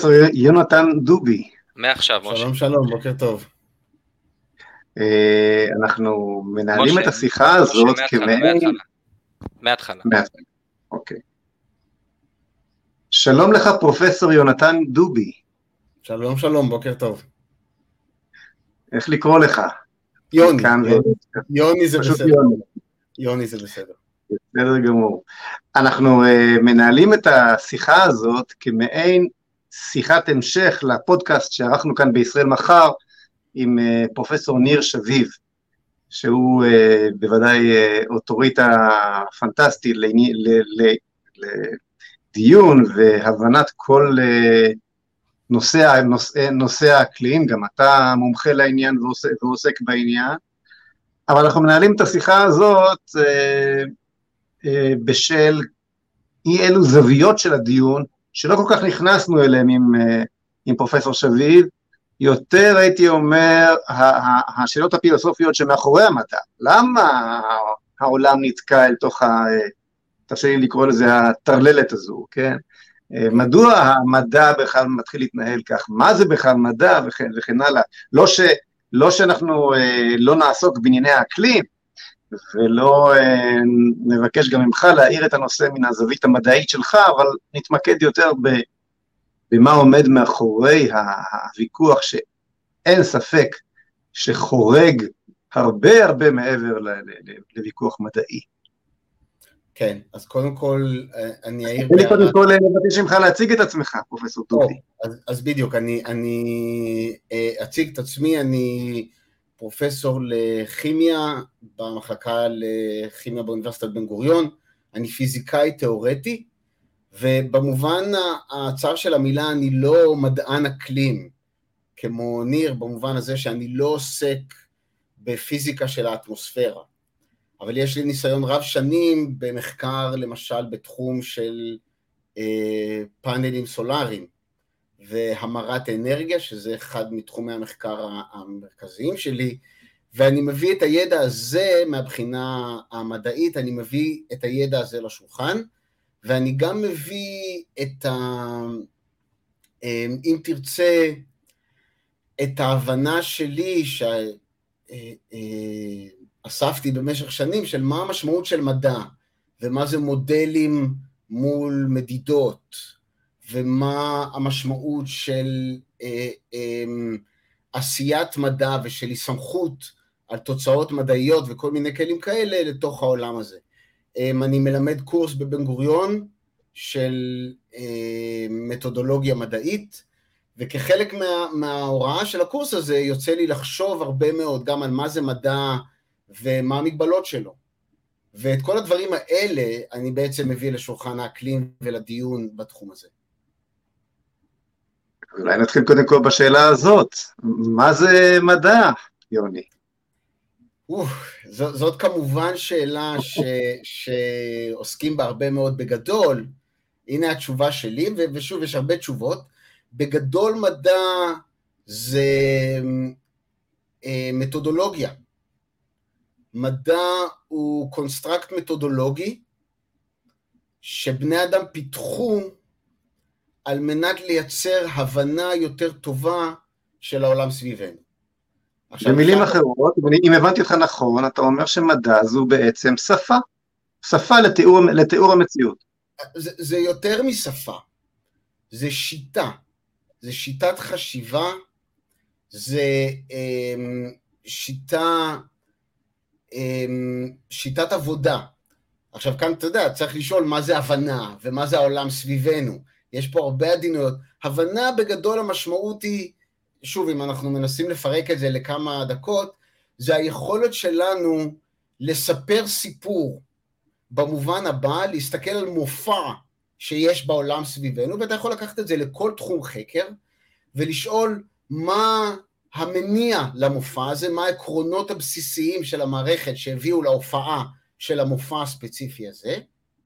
פרופסור יונתן דובי. מעכשיו, משה. שלום, שלום, בוקר טוב. אנחנו מנהלים את השיחה הזאת כמעין... מההתחלה. אוקיי. שלום לך פרופסור יונתן דובי. שלום, שלום, בוקר טוב. איך לקרוא לך? יוני, יוני זה בסדר. יוני זה בסדר. בסדר גמור. אנחנו מנהלים את השיחה הזאת כמעין שיחת המשך לפודקאסט שערכנו כאן בישראל מחר עם פרופסור ניר שביב, שהוא בוודאי אוטוריטה פנטסטי לדיון והבנת כל נושא האקלים, גם אתה מומחה לעניין ועוסק בעניין, אבל אנחנו מנהלים את השיחה הזאת בשל אי אלו זוויות של הדיון, שלא כל כך נכנסנו אליהם עם פרופסור שביב, יותר הייתי אומר, השאלות הפילוסופיות שמאחורי המדע, למה העולם נתקע אל תוך, תרשה לי לקרוא לזה, הטרללת הזו, כן? מדוע המדע בכלל מתחיל להתנהל כך, מה זה בכלל מדע וכן הלאה, לא שאנחנו לא נעסוק בענייני האקלים, ולא נבקש גם ממך להעיר את הנושא מן הזווית המדעית שלך, אבל נתמקד יותר במה עומד מאחורי הוויכוח שאין ספק שחורג הרבה מעבר לוויכוח מדעי. כן, אז קודם כל אני אעיר... אני קודם כל מבקש ממך להציג את עצמך, פרופסור דובי. אז בדיוק, אני אציג את עצמי, אני פרופסור לכימיה במחלקה לכימיה באוניברסיטת בן גוריון, אני פיזיקאי תיאורטי, ובמובן הצר של המילה אני לא מדען אקלים, כמו ניר, במובן הזה שאני לא עוסק בפיזיקה של האטמוספירה, אבל יש לי ניסיון רב שנים במחקר, למשל בתחום של פאנלים סולאריים, והמרת אנרגיה, שזה אחד מתחומי המחקר המרכזיים שלי, ואני מביא את הידע הזה מהבחינה המדעית, אני מביא את הידע הזה לשולחן, ואני גם מביא את אם תרצה, את ההבנה שלי שאספתי במשך שנים, של מה המשמעות של מדע, ומה זה מודלים מול מדידות, ומה המשמעות של עשיית מדע ושל הסמכות על תוצאות מדעיות וכל מיני כלים כאלה לתוך העולם הזה. אני מלמד קורס בבן גוריון של מתודולוגיה מדעית, וכחלק מההוראה של הקורס הזה יוצא לי לחשוב הרבה מאוד גם על מה זה מדע ומה המגבלות שלו. ואת כל הדברים האלה אני בעצם מביא לשולחן האקלים ולדיון בתחום הזה. אולי נתחיל קודם כל בשאלה הזאת, מה זה מדע, יוני? זאת כמובן שאלה שעוסקים בה הרבה מאוד בגדול, הנה התשובה שלי, ושוב יש הרבה תשובות, בגדול מדע זה מתודולוגיה, מדע הוא קונסטרקט מתודולוגי, שבני אדם פיתחו על מנת לייצר הבנה יותר טובה של העולם סביבנו. במילים אחרות, אם הבנתי אותך נכון, אתה אומר שמדע זו בעצם שפה לתיאור המציאות. זה יותר משפה, זה שיטה, זה שיטת חשיבה, זה שיטת עבודה. עכשיו כאן אתה יודע, צריך לשאול מה זה הבנה ומה זה העולם סביבנו, יש פה הרבה עדינויות. הבנה בגדול המשמעות היא, שוב, אם אנחנו מנסים לפרק את זה לכמה דקות, זה היכולת שלנו לספר סיפור, במובן הבא, להסתכל על מופע שיש בעולם סביבנו, ואתה יכול לקחת את זה לכל תחום חקר, ולשאול מה המניע למופע הזה, מה העקרונות הבסיסיים של המערכת שהביאו להופעה של המופע הספציפי הזה,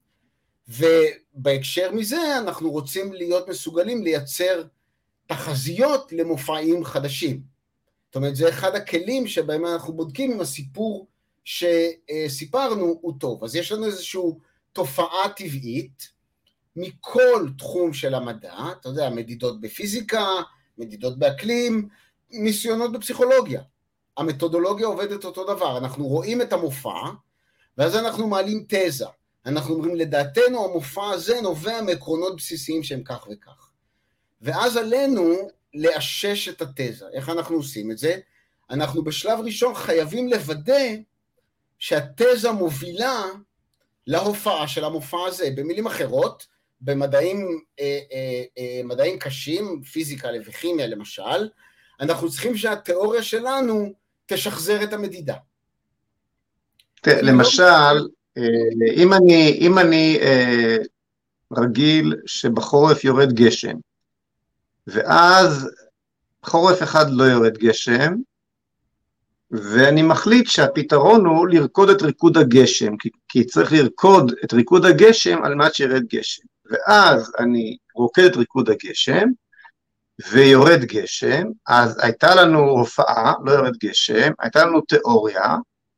ובהקשר מזה אנחנו רוצים להיות מסוגלים לייצר תחזיות למופעים חדשים. זאת אומרת, זה אחד הכלים שבהם אנחנו בודקים אם הסיפור שסיפרנו הוא טוב. אז יש לנו איזושהי תופעה טבעית, מכל תחום של המדע, אתה יודע, מדידות בפיזיקה, מדידות באקלים, ניסיונות בפסיכולוגיה. המתודולוגיה עובדת אותו דבר, אנחנו רואים את המופע, ואז אנחנו מעלים תזה, אנחנו אומרים לדעתנו המופע הזה נובע מעקרונות בסיסיים שהם כך וכך. ואז עלינו לאשש את התזה. איך אנחנו עושים את זה? אנחנו בשלב ראשון חייבים לוודא שהתזה מובילה להופעה של המופע הזה. במילים אחרות, במדעים מדעים קשים, פיזיקה וכימיה למשל, אנחנו צריכים שהתיאוריה שלנו תשחזר את המדידה. למשל, אם אני רגיל שבחורף יורד גשם, ואז חורף אחד לא יורד גשם, ואני מחליט שהפתרון הוא לרקוד את ריקוד הגשם, כי צריך לרקוד את ריקוד הגשם על מנת שירד גשם. ואז אני רוקד את ריקוד הגשם, ויורד גשם, אז הייתה לנו הופעה, לא יורד גשם, הייתה לנו תיאוריה,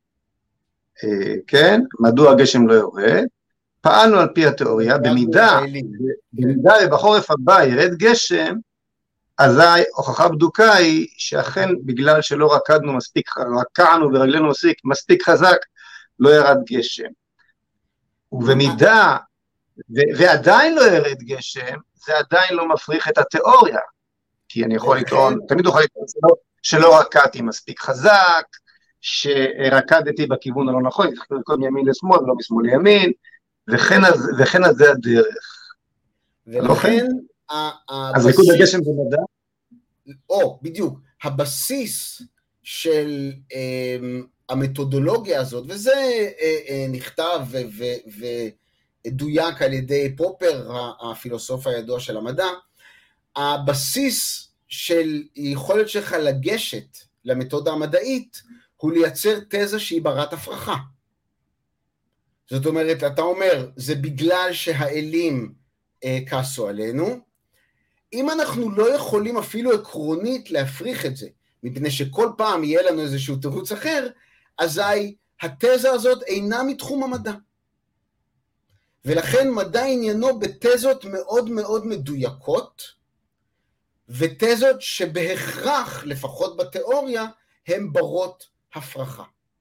כן, מדוע הגשם לא יורד, פעלנו על פי התיאוריה, במידה ובחורף הבא ירד גשם, אזי הוכחה בדוקה היא שאכן בגלל שלא רקדנו מספיק, רקענו ורגלנו מספיק חזק, לא ירד גשם. ובמידה, ועדיין לא ירד גשם, זה עדיין לא מפריך את התיאוריה, כי אני יכול לטעון, תמיד יכול לטעון שלא רקדתי מספיק חזק, שרקדתי בכיוון הלא נכון, צריך לרקוד מימין לשמאל ולא משמאל לימין, וכן אז זה הדרך. ולכן, אז ריקוד הגשם זה מדע? בדיוק, הבסיס של המתודולוגיה הזאת, וזה נכתב ודויק על ידי פופר, הפילוסוף הידוע של המדע, הבסיס של יכולת שלך לגשת למתודה המדעית, הוא לייצר תזה שהיא ברת הפרחה. זאת אומרת, אתה אומר, זה בגלל שהאלים כעסו עלינו, אם אנחנו לא יכולים אפילו עקרונית להפריך את זה, מפני שכל פעם יהיה לנו איזשהו תירוץ אחר, אזי התזה הזאת אינה מתחום המדע. ולכן מדע עניינו בתזות מאוד מאוד מדויקות, ותזות שבהכרח, לפחות בתיאוריה, הן ברות הפרחה.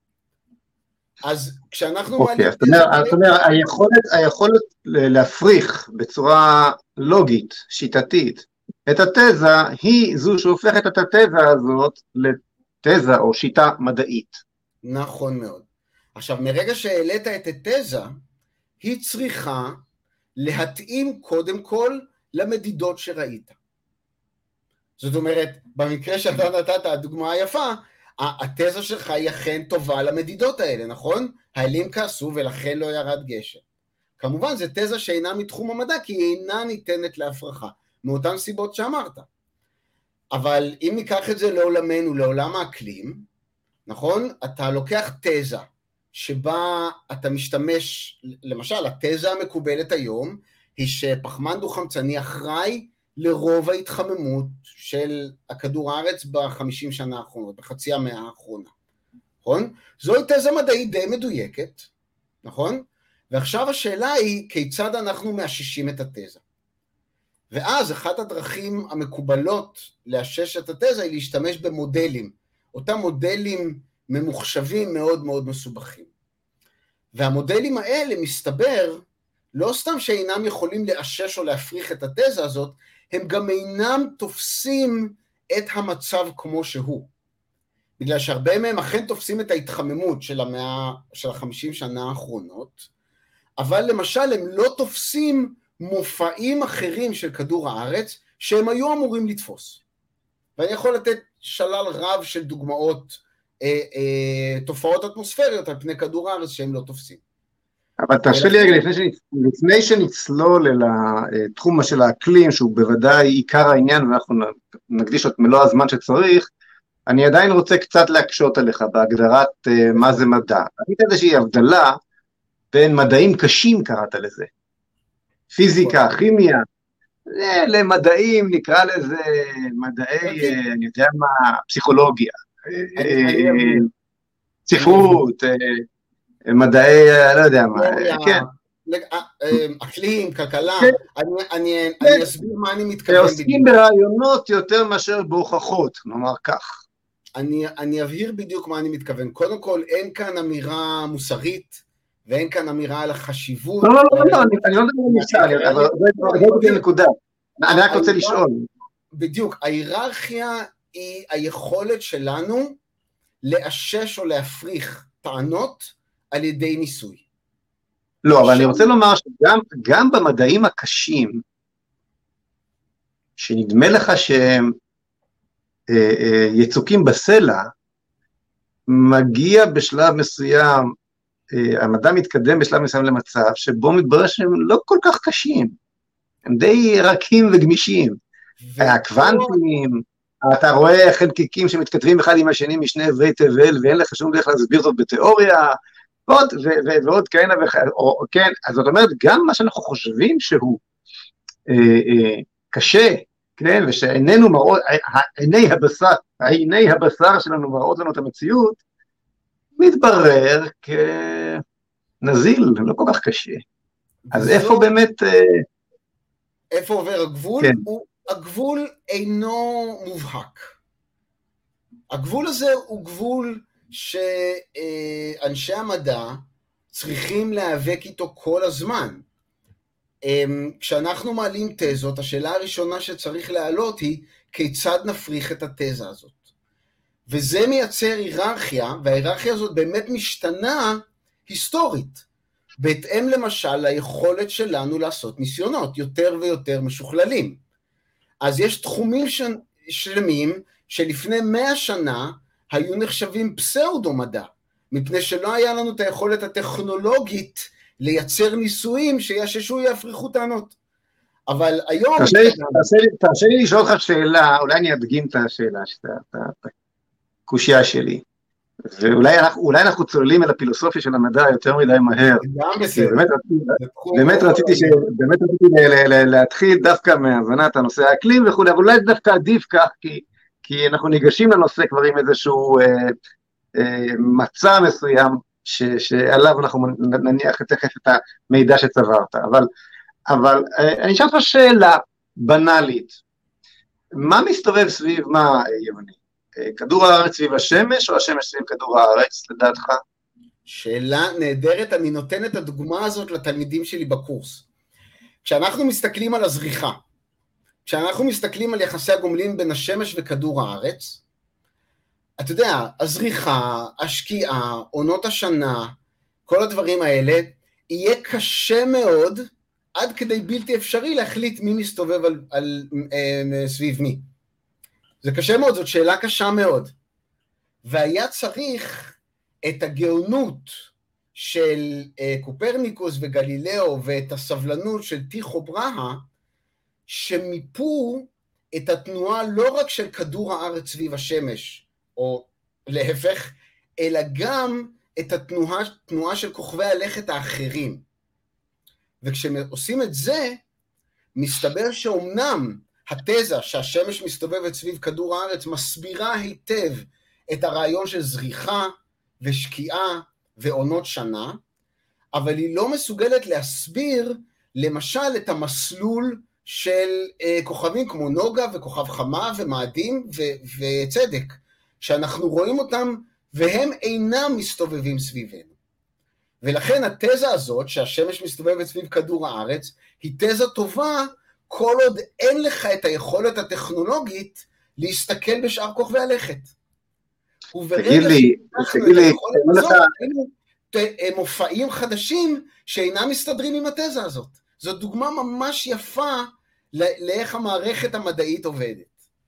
אז כשאנחנו מעלים... זאת אומרת, היכולת להפריך בצורה לוגית, שיטתית, את התזה, היא זו שהופכת את התזה הזאת לתזה או שיטה מדעית. נכון מאוד. עכשיו, מרגע שהעלית את התזה, היא צריכה להתאים קודם כל למדידות שראית. זאת אומרת, במקרה שאתה נתת הדוגמה היפה, התזה שלך היא אכן טובה למדידות האלה, נכון? האלים כעסו ולכן לא ירד גשם. כמובן, זו תזה שאינה מתחום המדע, כי היא אינה ניתנת להפרחה, מאותן סיבות שאמרת. אבל אם ניקח את זה לעולמנו, לעולם האקלים, נכון? אתה לוקח תזה, שבה אתה משתמש, למשל, התזה המקובלת היום, היא שפחמן דו-חמצני אחראי לרוב ההתחממות של הכדור הארץ ב-50 שנה האחרונות, בחצי המאה האחרונה, נכון? זוהי תזה מדעית די מדויקת, נכון? ועכשיו השאלה היא, כיצד אנחנו מאששים את התזה? ואז אחת הדרכים המקובלות לאשש את התזה היא להשתמש במודלים, אותם מודלים ממוחשבים מאוד מאוד מסובכים. והמודלים האלה מסתבר, לא סתם שאינם יכולים לאשש או להפריך את התזה הזאת, הם גם אינם תופסים את המצב כמו שהוא. בגלל שהרבה מהם אכן תופסים את ההתחממות של 50 שנה האחרונות, אבל למשל הם לא תופסים מופעים אחרים של כדור הארץ, שהם היו אמורים לתפוס. ואני יכול לתת שלל רב של דוגמאות, תופעות אטמוספריות על פני כדור הארץ שהם לא תופסים. אבל תרשה לי רגע, לפני שנצלול אל התחום של האקלים, שהוא בוודאי עיקר העניין, ואנחנו נקדיש את מלוא הזמן שצריך, אני עדיין רוצה קצת להקשות עליך בהגדרת מה זה מדע. אני יודע שהיא הבדלה בין מדעים קשים, קראת לזה. פיזיקה, כימיה, למדעים, נקרא לזה מדעי, אני יודע מה, פסיכולוגיה, ספרות, מדעי, לא יודע מה, כן. אקלים, כלכלה, כן. אני אסביר מה אני מתכוון. ועוסקים ברעיונות יותר מאשר בהוכחות, נאמר כך. אני אבהיר בדיוק מה אני מתכוון. קודם כל, אין כאן אמירה מוסרית, ואין כאן אמירה על החשיבות. לא, אני לא מדבר על אבל זה נקודה. אני רק רוצה לשאול. בדיוק, ההיררכיה היא היכולת שלנו לאשש או להפריך טענות על ידי ניסוי. לא, אבל אני רוצה לומר שגם במדעים הקשים, שנדמה לך שהם יצוקים בסלע, מגיע בשלב מסוים, המדע מתקדם בשלב מסוים למצב, שבו מתברר שהם לא כל כך קשים, הם די רכים וגמישים. הקוונטים, אתה רואה חלקיקים שמתכתבים אחד עם השני משני עברי תבל, ואין לך שום דרך להסביר זאת בתיאוריה, ועוד כהנה כן, אז זאת אומרת, גם מה שאנחנו חושבים שהוא קשה, כן, ושעינינו מראות, עיני הבשר שלנו מראות לנו את המציאות, מתברר כנזיל, לא כל כך קשה. אז איפה באמת... איפה עובר הגבול? כן. הגבול אינו מובהק. הגבול הזה הוא גבול שאנשי המדע צריכים להיאבק איתו כל הזמן. כשאנחנו מעלים תזות, השאלה הראשונה שצריך להעלות היא כיצד נפריך את התזה הזאת. וזה מייצר היררכיה, וההיררכיה הזאת באמת משתנה היסטורית, בהתאם למשל ליכולת שלנו לעשות ניסיונות יותר ויותר משוכללים. אז יש תחומים שלמים שלפני 100 שנה היו נחשבים פסאודו-מדע, מפני שלא היה לנו את היכולת הטכנולוגית לייצר ניסויים שיששו יפריכו טענות. אבל היום... תרשה לי לשאול אותך שאלה, אולי אני אדגים את השאלה, את הקושיה שלי, ואולי אנחנו צוללים אל הפילוסופיה של המדע יותר מדי מהר. גם בסדר. באמת רציתי להתחיל דווקא מהבנת הנושא האקלים וכו', אבל אולי דווקא עדיף כך, כי אנחנו ניגשים לנושא כבר עם איזשהו מצע מסוים, שעליו אנחנו נניח תכף את המידע שצברת, אבל אני אשאל אותך שאלה בנאלית, מה מסתובב סביב מה, יוני? כדור הארץ סביב השמש, או השמש סביב כדור הארץ, לדעתך? שאלה נהדרת, אני נותן את הדוגמה הזאת לתלמידים שלי בקורס. כשאנחנו מסתכלים על הזריחה, כשאנחנו מסתכלים על יחסי הגומלין בין השמש וכדור הארץ, אתה יודע, הזריחה, השקיעה, עונות השנה, כל הדברים האלה, יהיה קשה מאוד, עד כדי בלתי אפשרי להחליט מי מסתובב סביב מי. זה קשה מאוד, זאת שאלה קשה מאוד. והיה צריך את הגאונות של קופרניקוס וגלילאו, ואת הסבלנות של טיחו בראה, שמיפו את התנועה לא רק של כדור הארץ סביב השמש, או להפך, אלא גם את התנועה של כוכבי הלכת האחרים. וכשעושים את זה, מסתבר שאומנם התזה שהשמש מסתובבת סביב כדור הארץ מסבירה היטב את הרעיון של זריחה ושקיעה ועונות שנה, אבל היא לא מסוגלת להסביר למשל את המסלול של כוכבים כמו נוגה וכוכב חמה ומאדים וצדק, שאנחנו רואים אותם והם אינם מסתובבים סביבנו. ולכן התזה הזאת שהשמש מסתובבת סביב כדור הארץ היא תזה טובה, כל עוד אין לך את היכולת הטכנולוגית להסתכל בשאר כוכבי הלכת. תגיד לי, מופעים חדשים שאינם מסתדרים עם התזה הזאת. זו דוגמה ממש יפה לאיך המערכת המדעית עובדת.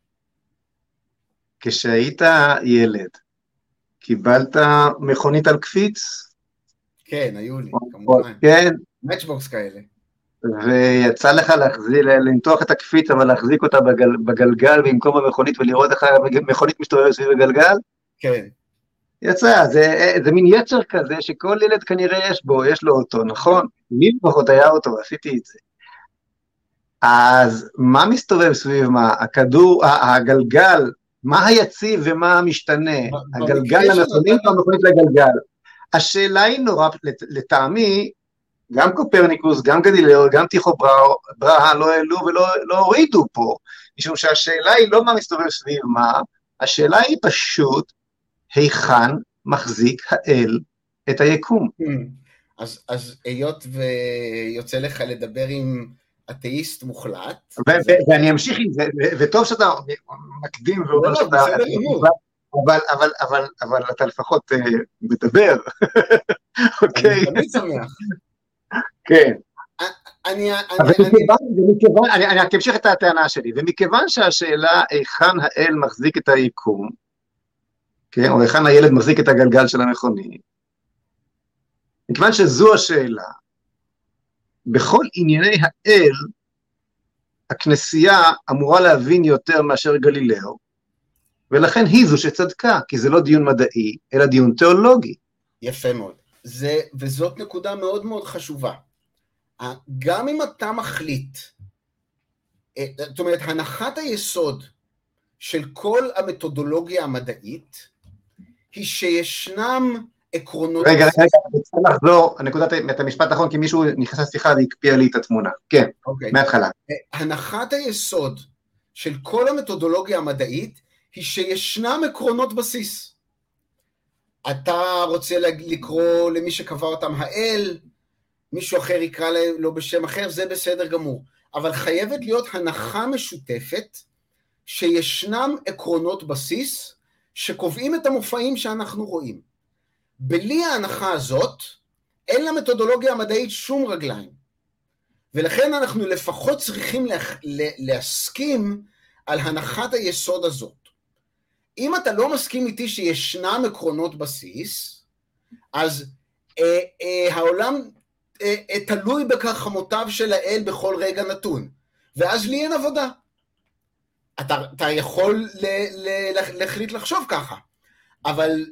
כשהיית ילד, קיבלת מכונית על קפיץ? כן, היו לי, כמובן. כן. מאצ'בוקס כאלה. ויצא לך לנתוח את הקפיץ, אבל להחזיק אותה בגלגל במקום המכונית, ולראות איך המכונית מסתובבת סביב הגלגל? כן. יצא, זה מין יצר כזה, שכל ילד כנראה יש לו אותו, נכון? לי לפחות היה אותו, עשיתי את זה. אז מה מסתובב סביב מה? הכדור, הגלגל, מה היציב ומה המשתנה? הגלגל למכונית או המכונית לגלגל? השאלה היא נורא, לטעמי, גם קופרניקוס, גם גלילאו, גם טיכו בראה לא העלו ולא הורידו פה, משום שהשאלה היא לא מה מסתובב סביב מה, השאלה היא פשוט, היכן מחזיק האל את היקום. אז היות ויוצא לך לדבר עם אתאיסט מוחלט. ואני אמשיך עם זה, וטוב שאתה מקדים ואומר שאתה... אבל אתה לפחות מדבר, אוקיי? אני תמיד שמח. כן. אני אמשיך את הטענה שלי, ומכיוון שהשאלה היכן האל מחזיק את היקום, כן, או היכן הילד מחזיק את הגלגל של המכונית, מכיוון שזו השאלה, בכל ענייני האל, הכנסייה אמורה להבין יותר מאשר גלילאו, ולכן היא זו שצדקה, כי זה לא דיון מדעי, אלא דיון תיאולוגי. יפה מאוד. וזאת נקודה מאוד מאוד חשובה. גם אם אתה מחליט, זאת אומרת, הנחת היסוד של כל המתודולוגיה המדעית, היא שישנם עקרונות... רגע, אני צריך לחזור, את המשפט האחרון, כי מישהו נכנס לשיחה והקפיע לי את התמונה. כן, מההתחלה. הנחת היסוד של כל המתודולוגיה המדעית, היא שישנם עקרונות בסיס. אתה רוצה לקרוא למי שקבע אותם האל, מישהו אחר יקרא לו בשם אחר, זה בסדר גמור. אבל חייבת להיות הנחה משותפת, שישנם עקרונות בסיס, שקובעים את המופעים שאנחנו רואים. בלי ההנחה הזאת, אין למתודולוגיה המדעית שום רגליים. ולכן אנחנו לפחות צריכים להסכים על הנחת היסוד הזאת. אם אתה לא מסכים איתי שישנם עקרונות בסיס, אז העולם תלוי בכחמותיו של האל בכל רגע נתון, ואז לי אין עבודה. אתה יכול להחליט לחשוב ככה, אבל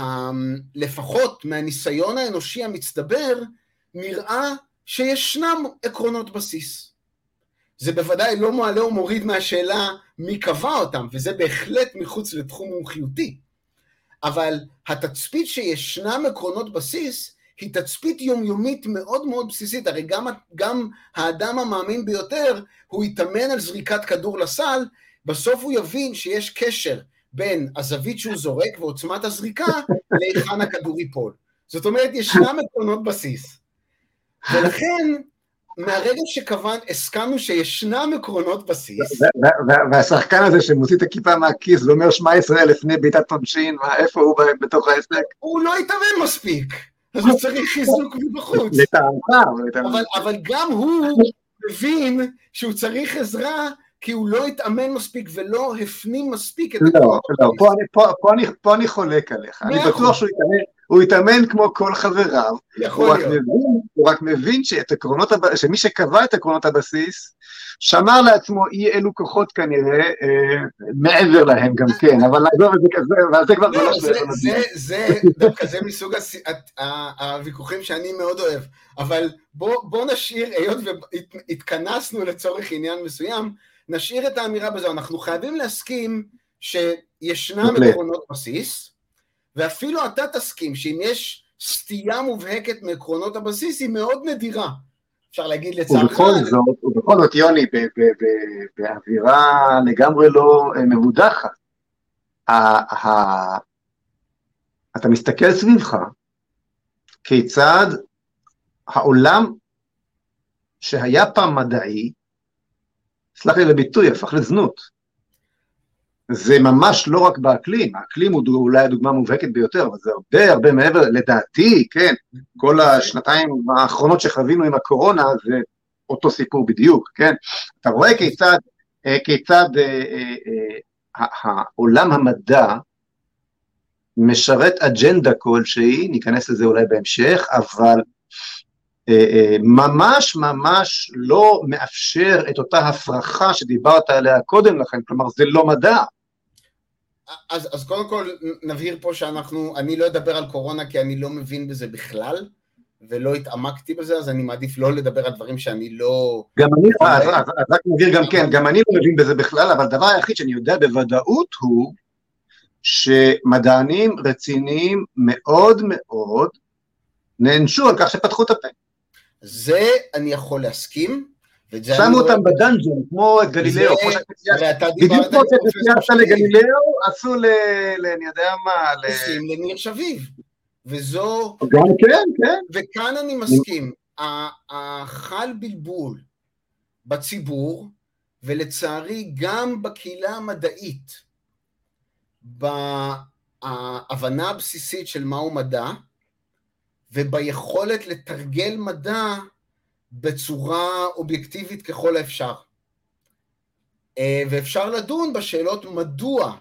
לפחות מהניסיון האנושי המצטבר, נראה שישנם עקרונות בסיס. זה בוודאי לא מעלה או מוריד מהשאלה מי קבע אותם, וזה בהחלט מחוץ לתחום מומחיותי. אבל התצפית שישנם עקרונות בסיס, היא תצפית יומיומית מאוד מאוד בסיסית. הרי גם האדם המאמין ביותר, הוא יתאמן על זריקת כדור לסל, בסוף הוא יבין שיש קשר בין הזווית שהוא זורק ועוצמת הזריקה, להיכן הכדור ייפול. זאת אומרת, ישנם עקרונות בסיס. ולכן, מהרגע הסכמנו שישנם עקרונות בסיס. והשחקן הזה שמוציא את הכיפה מהכיס, ואומר שמע ישראל לפני בעיטת עונשין, איפה הוא בתוך העסק? הוא לא יתאמן מספיק, אז הוא צריך חיזוק מבחוץ. אבל גם הוא מבין שהוא צריך עזרה, כי הוא לא התאמן מספיק ולא הפנים מספיק את עקרונות בסיס. פה אני חולק עליך. אני בטוח שהוא יתאמן כמו כל חבריו, הוא רק מבין שמי שקבע את עקרונות הבסיס, שמר לעצמו אי אלו כוחות כנראה, מעבר להם גם כן, אבל זה כבר לא זה דווקא זה מסוג הוויכוחים שאני מאוד אוהב, אבל בוא נשאיר, היות והתכנסנו לצורך עניין מסוים, נשאיר את האמירה בזו, אנחנו חייבים להסכים שישנם עקרונות בסיס, ואפילו אתה תסכים שאם יש סטייה מובהקת מעקרונות הבסיס, היא מאוד נדירה. אפשר להגיד לצערך. ובכל זאת, יוני, באווירה לגמרי לא מבודחת. אתה מסתכל סביבך, כיצד העולם שהיה פעם מדעי, סלח לי לביטוי, הפך לזנות. זה ממש לא רק באקלים, האקלים הוא אולי הדוגמה מובהקת ביותר, אבל זה הרבה מעבר, לדעתי, כן, כל השנתיים האחרונות שחווינו עם הקורונה, זה אותו סיפור בדיוק, כן, אתה רואה כיצד העולם המדע משרת אג'נדה כלשהי, ניכנס לזה אולי בהמשך, אבל ממש לא מאפשר את אותה הפרחה שדיברת עליה קודם לכן, כלומר זה לא מדע. אז קודם כל נבהיר פה אני לא אדבר על קורונה כי אני לא מבין בזה בכלל, ולא התעמקתי בזה, אז אני מעדיף לא לדבר על דברים שאני לא... גם אני, אז רק נבהיר גם כן, גם אני לא מבין בזה בכלל, אבל הדבר היחיד שאני יודע בוודאות הוא, שמדענים רציניים מאוד מאוד, נענשו על כך שפתחו את הפה. זה אני יכול להסכים. שמו אותם בדנג'ון, כמו את גלילאו, כמו בדיוק כמו שציירת לגלילאו, עשו אני יודע מה, עושים לניר שביב. וזו... כן. וכאן אני מסכים, החל בלבול בציבור, ולצערי גם בקהילה המדעית, בהבנה הבסיסית של מהו מדע, וביכולת לתרגל מדע בצורה אובייקטיבית ככל האפשר. ואפשר לדון בשאלות מדוע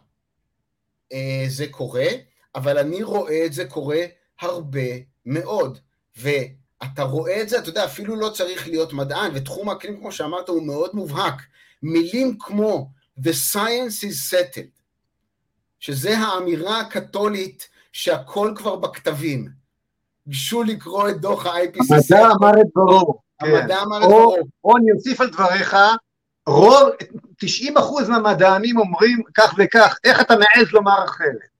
זה קורה, אבל אני רואה את זה קורה הרבה מאוד, ואתה רואה את זה, אתה יודע, אפילו לא צריך להיות מדען, ותחום האקלים, כמו שאמרת, הוא מאוד מובהק. מילים כמו The science is settled, שזה האמירה הקתולית שהכל כבר בכתבים. גשו לקרוא את דוח ה-IPCC. המדע אמר את דברו. המדע אמר את דברו. או אני אוסיף על דבריך, רוב, 90% מהמדענים אומרים כך וכך, איך אתה מעז לומר אחרת?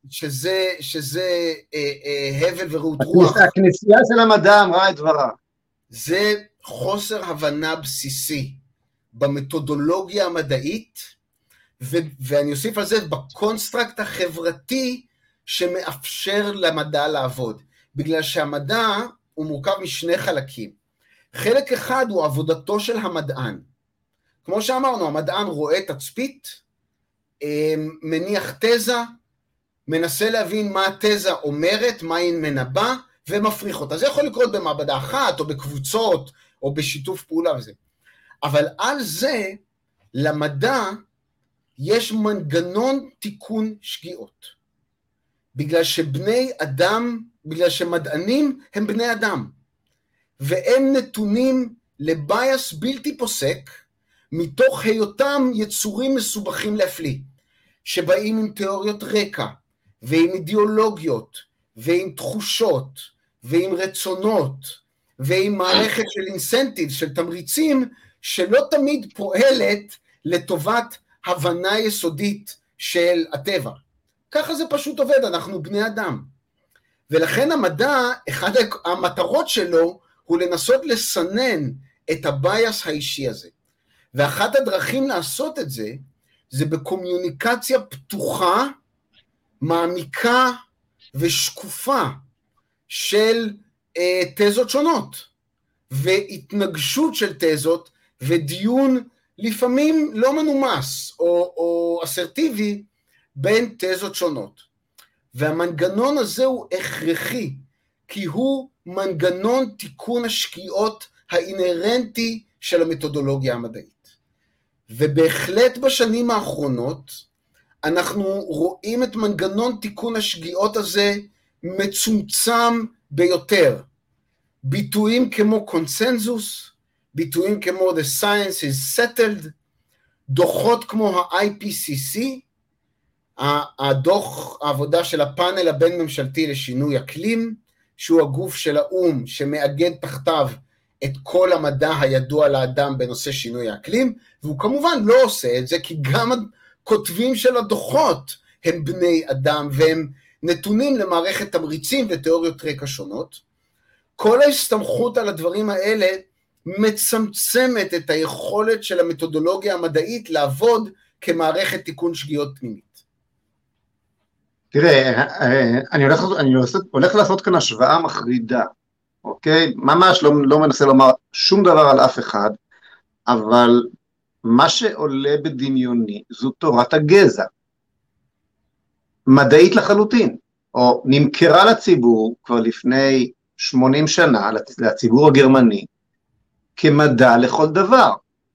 שזה הבל ורעות רוח. הכנסייה של המדע אמרה את דברה. זה חוסר הבנה בסיסי במתודולוגיה המדעית, ואני אוסיף על זה בקונסטרקט החברתי שמאפשר למדע לעבוד. בגלל שהמדע הוא מורכב משני חלקים. חלק אחד הוא עבודתו של המדען. כמו שאמרנו, המדען רואה תצפית, מניח תזה, מנסה להבין מה התזה אומרת, מה היא מנבא, ומפריך אותה. זה יכול לקרות במעבדה אחת, או בקבוצות, או בשיתוף פעולה וזה. אבל על זה, למדע, יש מנגנון תיקון שגיאות. בגלל שבני אדם, בגלל שמדענים הם בני אדם, והם נתונים לבייס בלתי פוסק, מתוך היותם יצורים מסובכים להפליא, שבאים עם תיאוריות רקע, ועם אידיאולוגיות, ועם תחושות, ועם רצונות, ועם מערכת של אינסנטיב, של תמריצים, שלא תמיד פועלת לטובת הבנה יסודית של הטבע. ככה זה פשוט עובד, אנחנו בני אדם. ולכן המדע, אחד המטרות שלו, הוא לנסות לסנן את הבייס האישי הזה. ואחת הדרכים לעשות את זה, זה בקומיוניקציה פתוחה, מעמיקה ושקופה של תזות שונות, והתנגשות של תזות, ודיון לפעמים לא מנומס או אסרטיבי בין תזות שונות. והמנגנון הזה הוא הכרחי, כי הוא מנגנון תיקון השגיאות האינרנטי של המתודולוגיה המדעית. ובהחלט בשנים האחרונות אנחנו רואים את מנגנון תיקון השגיאות הזה מצומצם ביותר. ביטויים כמו קונסנזוס, ביטויים כמו The Science is Settled, דוחות כמו ה-IPCC, הדוח העבודה של הפאנל הבין ממשלתי לשינוי אקלים, שהוא הגוף של האום שמאגד תחתיו את כל המדע הידוע לאדם בנושא שינוי האקלים, והוא כמובן לא עושה את זה, כי גם הכותבים של הדוחות הם בני אדם, והם נתונים למערכת תמריצים ותיאוריות רקע שונות. כל ההסתמכות על הדברים האלה מצמצמת את היכולת של המתודולוגיה המדעית לעבוד כמערכת תיקון שגיאות פנימית. תראה, אני הולך לעשות כאן השוואה מחרידה, אוקיי? ממש לא מנסה לומר שום דבר על אף אחד, אבל מה שעולה בדמיוני זו תורת הגזע, מדעית לחלוטין, או נמכרה לציבור כבר לפני 80 שנה, לציבור הגרמני, כמדע לכל דבר,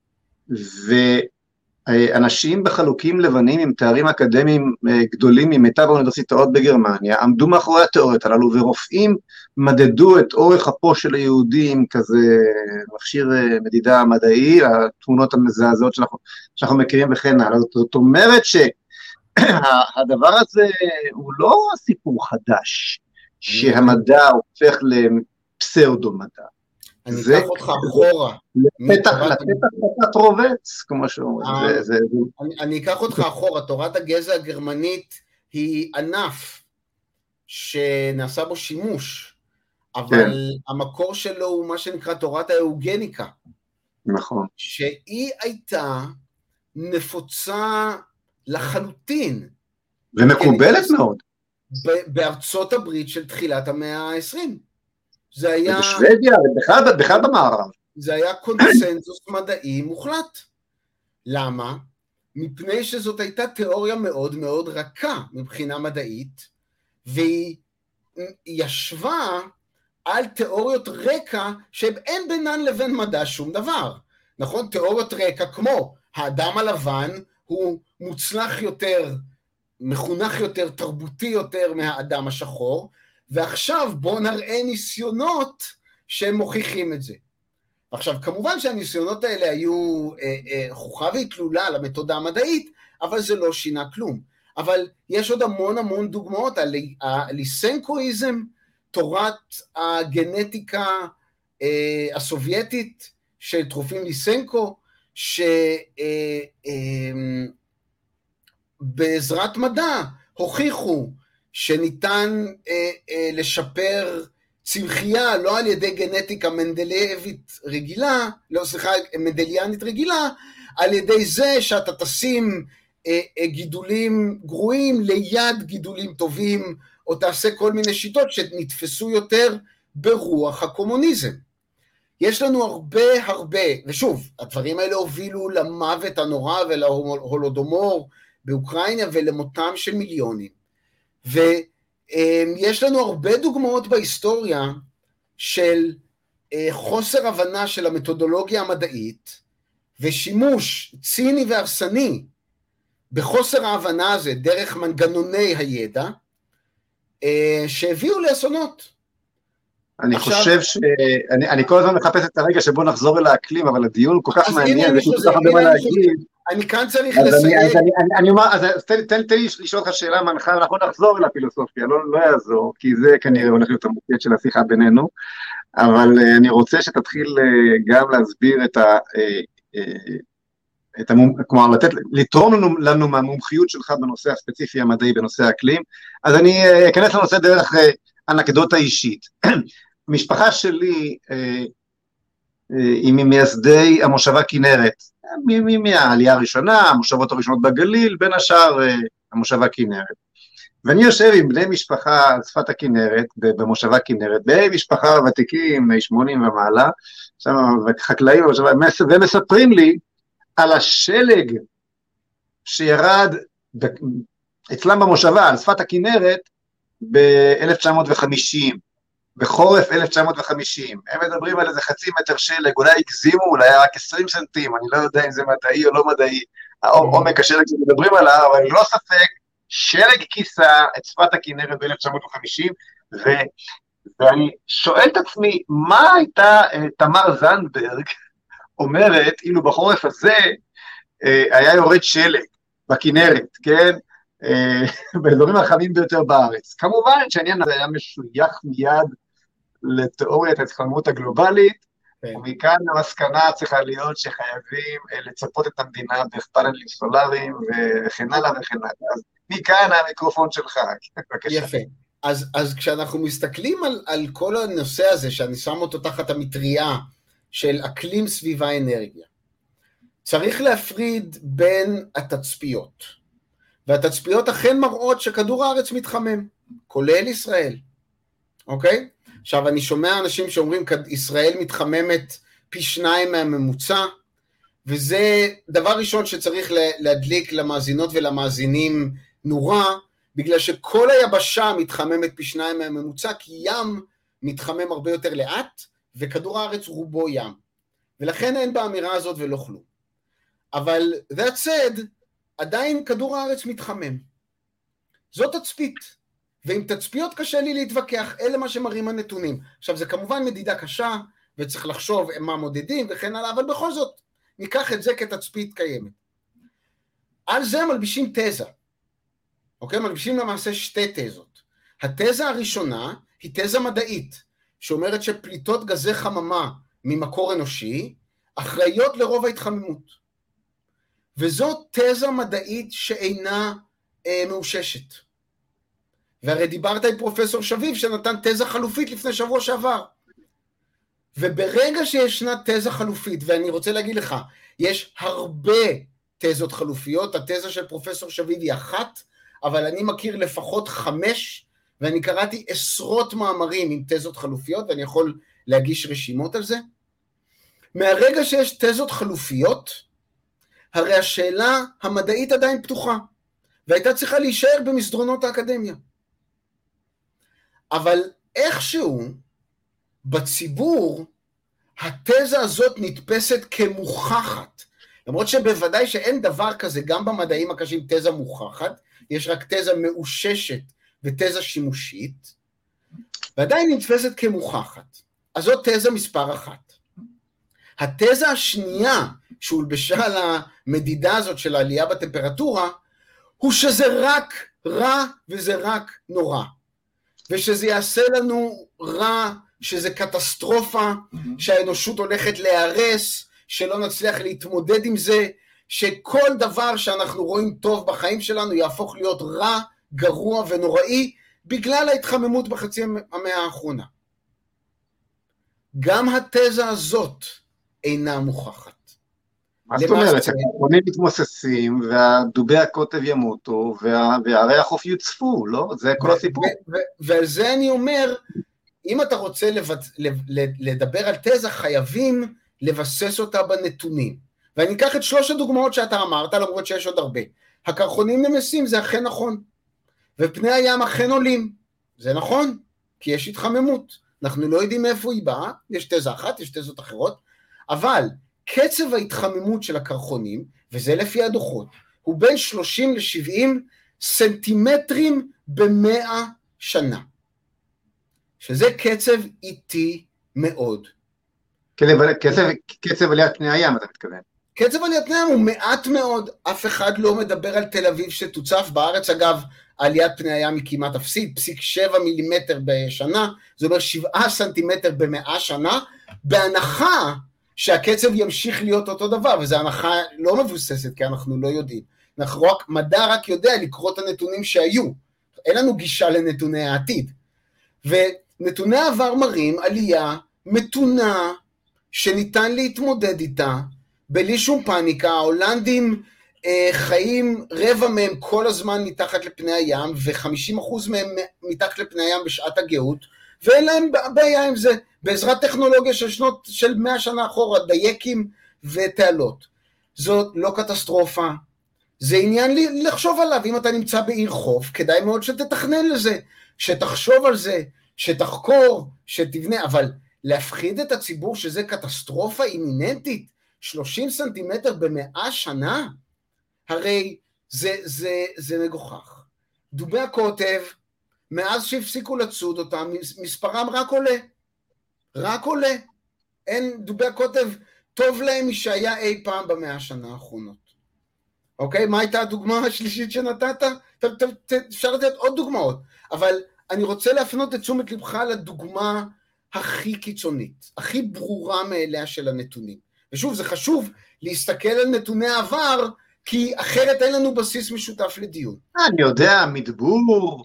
ואנשים בחלוקים לבנים עם תארים אקדמיים גדולים ממיטב האוניברסיטאות בגרמניה, עמדו מאחורי התיאוריות הללו, ורופאים מדדו את אורך אפו של היהודים, כזה מכשיר מדידה מדעי, התמונות המזעזעות שאנחנו מכירים וכן הלאה. זאת אומרת שהדבר הזה הוא לא סיפור חדש, שהמדע הופך לפסאודו-מדע. אני אקח אותך אחורה. לתת רובץ, כמו שאומרים. אני אקח אותך אחורה. תורת הגזע הגרמנית היא ענף שנעשה בו שימוש אבל המקור שלו הוא מה שנקרא תורת האוגניקה. נכון. שהיא הייתה נפוצה לחלוטין. ומקובלת מאוד. בארצות הברית של תחילת המאה ה-20. זה היה... ובשוודיה, בכלל במערב. זה היה קונסנזוס מדעי מוחלט. למה? מפני שזאת הייתה תיאוריה מאוד מאוד רכה מבחינה מדעית, והיא ישבה על תיאוריות רקע שאין בינן לבין מדע שום דבר. נכון? תיאוריות רקע כמו האדם הלבן הוא מוצלח יותר, מחונך יותר, תרבותי יותר מהאדם השחור, ועכשיו בוא נראה ניסיונות שהם מוכיחים את זה. עכשיו, כמובן שהניסיונות האלה היו חוכה והתלולה למתודה המדעית, אבל זה לא שינה כלום. אבל יש עוד המון דוגמאות, הליסנקואיזם, תורת הגנטיקה הסובייטית של טרופים ליסנקו, שבעזרת מדע הוכיחו שניתן לשפר צמחייה לא על ידי גנטיקה מנדליאנית רגילה, מנדליאנית רגילה, על ידי זה שאתה תשים גידולים גרועים ליד גידולים טובים, או תעשה כל מיני שיטות שנתפסו יותר ברוח הקומוניזם. יש לנו הרבה, ושוב, הדברים האלה הובילו למוות הנורא ולהולודומור באוקראינה ולמותם של מיליונים. ויש לנו הרבה דוגמאות בהיסטוריה של חוסר הבנה של המתודולוגיה המדעית, ושימוש ציני והרסני בחוסר ההבנה הזה דרך מנגנוני הידע, שהביאו לאסונות. אני חושב אני כל הזמן מחפש את הרגע שבו נחזור אל האקלים, אבל הדיון כל כך מעניין, יש לי כל כך הרבה מה להגיד. אני כאן צריך לסיים. אני אומר, אז תן לי לשאול אותך שאלה מנחה, אנחנו נחזור אל הפילוסופיה, לא יעזור, כי זה כנראה הולך להיות המוקד של השיחה בינינו, אבל אני רוצה שתתחיל גם להסביר כלומר, לתרום לנו מהמומחיות שלך בנושא הספציפי המדעי, בנושא האקלים. אז אני אכנס לנושא דרך אנקדוטה אישית. המשפחה שלי היא ממייסדי המושבה כנרת, מהעלייה הראשונה, המושבות הראשונות בגליל, בין השאר המושבה כנרת. ואני יושב עם בני משפחה על שפת הכנרת, במושבה כנרת, בני משפחה ותיקים, 80 ומעלה, חקלאים, ומספרים לי על השלג שירד אצלם במושבה, על שפת הכנרת, ב-1950, בחורף 1950, הם מדברים על איזה חצי מטר שלג, אולי הגזימו, אולי היה רק 20 סנטים, אני לא יודע אם זה מדעי או לא מדעי, העומק השלג שמדברים עליו, אבל לא ספק, שלג כיסה את שפת הכנרת ב-1950, ואני שואל את עצמי, מה הייתה תמר זנדברג אומרת, אילו בחורף הזה היה יורד שלג בכנרת, כן? באזורים החמים ביותר בארץ. כמובן שהעניין הזה היה משוייך מיד לתיאוריית ההתחממות הגלובלית, ומכאן המסקנה צריכה להיות שחייבים לצפות את המדינה בפאנלים סולאריים וכן הלאה וכן הלאה. אז מכאן המיקרופון שלך, בבקשה. יפה. אז כשאנחנו מסתכלים על כל הנושא הזה, שאני שם אותו תחת המטריה של אקלים סביבה אנרגיה, צריך להפריד בין התצפיות, והתצפיות אכן מראות שכדור הארץ מתחמם, כולל ישראל, אוקיי? עכשיו אני שומע אנשים שאומרים ישראל מתחממת פי 2 מהממוצע, וזה דבר ראשון שצריך להדליק למאזינות ולמאזינים נורה, בגלל שכל היבשה מתחממת פי 2 מהממוצע, כי ים מתחמם הרבה יותר לאט, וכדור הארץ רובו ים, ולכן אין באמירה הזאת ולא כלום. אבל that said, עדיין כדור הארץ מתחמם. זאת תצפית, ועם תצפיות קשה לי להתווכח, אלה מה שמראים הנתונים. עכשיו זה כמובן מדידה קשה, וצריך לחשוב מה מודדים וכן הלאה, אבל בכל זאת ניקח את זה כתצפית קיימת. על זה מלבישים תזה, אוקיי? מלבישים למעשה שתי תזות. התזה הראשונה היא תזה מדעית, שאומרת שפליטות גזי חממה ממקור אנושי, אחראיות לרוב ההתחממות. וזאת תזה מדעית שאינה מאוששת. והרי דיברת עם פרופסור שביב שנתן תזה חלופית לפני שבוע שעבר. וברגע שישנה תזה חלופית, ואני רוצה להגיד לך, יש הרבה תזות חלופיות, התזה של פרופסור שביב היא אחת, אבל אני מכיר לפחות 5, ואני קראתי עשרות מאמרים עם תזות חלופיות, ואני יכול להגיש רשימות על זה. מהרגע שיש תזות חלופיות, הרי השאלה המדעית עדיין פתוחה, והייתה צריכה להישאר במסדרונות האקדמיה. אבל איכשהו, בציבור, התזה הזאת נתפסת כמוכחת, למרות שבוודאי שאין דבר כזה, גם במדעים הקשים תזה מוכחת, יש רק תזה מאוששת ותזה שימושית, ועדיין נתפסת כמוכחת. אז זאת תזה מספר 1. התזה השנייה שהולבשה על המדידה הזאת של העלייה בטמפרטורה, הוא שזה רק רע וזה רק נורא, ושזה יעשה לנו רע, שזה קטסטרופה, שהאנושות הולכת להיהרס, שלא נצליח להתמודד עם זה, שכל דבר שאנחנו רואים טוב בחיים שלנו יהפוך להיות רע, גרוע ונוראי, בגלל ההתחממות בחצי המאה האחרונה. גם התזה הזאת אינה מוכחת. מה זאת אומרת? הקרחונים מתמוססים, והדובי הקוטב ימותו, והרי החוף יוצפו, לא? זה כל הסיפור. ועל זה אני אומר, אם אתה רוצה לדבר על תזה, חייבים לבסס אותה בנתונים. ואני אקח את 3 הדוגמאות שאתה אמרת, למרות שיש עוד הרבה. הקרחונים נמסים, זה אכן נכון. ופני הים אכן עולים. זה נכון, כי יש התחממות. אנחנו לא יודעים מאיפה היא באה, יש תזה אחת, יש תזות אחרות, אבל קצב ההתחממות של הקרחונים, וזה לפי הדוחות, הוא בין 30 ל-70 סנטימטרים ב-100 שנה. שזה קצב איטי מאוד. קצב עליית פני הים, אתה מתכוון. קצב עליית פני הים הוא מעט מאוד, אף אחד לא מדבר על תל אביב שתוצף בארץ, אגב, עליית פני הים היא כמעט אפסית, 0.7 מילימטר בשנה, זה אומר 7 סנטימטר ב-100 שנה, בהנחה שהקצב ימשיך להיות אותו דבר, וזו הנחה לא מבוססת, כי אנחנו לא יודעים. מדע רק יודע לקרוא את הנתונים שהיו, אין לנו גישה לנתוני העתיד. ונתוני העבר מראים עלייה מתונה, שניתן להתמודד איתה, בלי שום פאניקה. ההולנדים חיים רבע מהם כל הזמן מתחת לפני הים, ו50% מהם מתחת לפני הים בשעת הגאות, ואין להם בעיה עם זה, בעזרת טכנולוגיה של 100 שנה אחורה, דייקים ותעלות. זאת לא קטסטרופה, זה עניין לחשוב עליו. אם אתה נמצא בעיר חוף, כדאי מאוד שתתכנן לזה, שתחשוב על זה, שתחקור, שתבנה, אבל להפחיד את הציבור שזה קטסטרופה אימיננטית, 30 סנטימטר ב100 שנה, הרי זה מגוחך. דובי הקוטב, מאז שהפסיקו לצוד אותם, מספרם רק עולה. אין, דובי הקוטב טוב להם משהיה אי פעם ב100 שנה האחרונות. אוקיי? מה הייתה הדוגמה השלישית שנתת? אפשר לתת עוד דוגמאות, אבל אני רוצה להפנות את תשומת לבך לדוגמה הכי קיצונית, הכי ברורה מאליה של הנתונים. ושוב, זה חשוב להסתכל על נתוני העבר, כי אחרת אין לנו בסיס משותף לדיון. אני יודע, מדבור.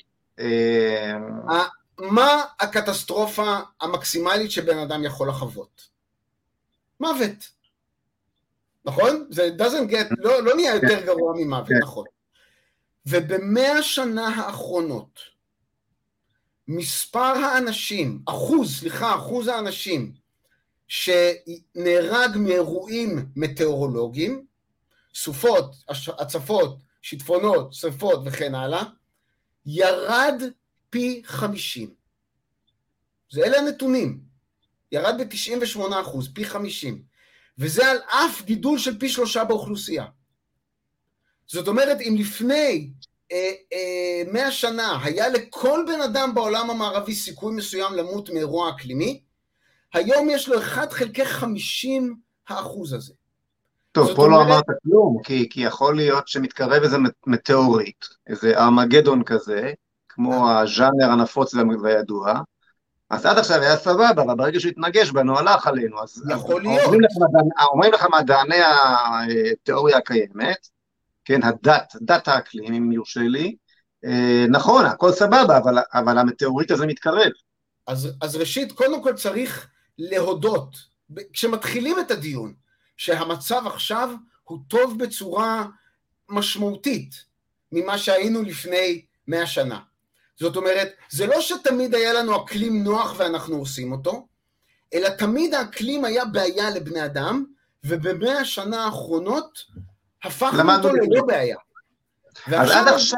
מה הקטסטרופה המקסימלית שבן אדם יכול לחוות? מוות. נכון? זה doesn't get, לא נהיה יותר גרוע ממוות, נכון. וב100 שנה האחרונות, מספר האנשים, אחוז האנשים שנהרג מאירועים מטאורולוגיים, סופות, הצפות, שיטפונות, שריפות וכן הלאה, ירד פי 50. זה אלה הנתונים. ירד ב-98%, פי 50. וזה על אף גידול של פי 3 באוכלוסייה. זאת אומרת, אם לפני 100 שנה היה לכל בן אדם בעולם המערבי סיכוי מסוים למות מאירוע אקלימי, היום יש לו 1/50 הזה. טוב, פה לא אמרת כלום, כי יכול להיות שמתקרב איזה מטאורית, איזה ארמגדון כזה, כמו הז'אנר הנפוץ והידוע, אז עד עכשיו היה סבבה, אבל ברגע שהוא התנגש בנו, הלך עלינו, אז אומרים לך מדעני התיאוריה הקיימת, כן, הדת האקלים, אם יורשה לי, נכון, הכל סבבה, אבל המטאוריט הזה מתקרב. אז ראשית, קודם כל צריך להודות, כשמתחילים את הדיון, שהמצב עכשיו הוא טוב בצורה משמעותית ממה שהיינו לפני 100 שנה. זאת אומרת, זה לא שתמיד היה לנו אקלים נוח ואנחנו עושים אותו, אלא תמיד האקלים היה בעיה לבני אדם, וב100 השנה האחרונות הפכנו אותו ללא בעיה. אז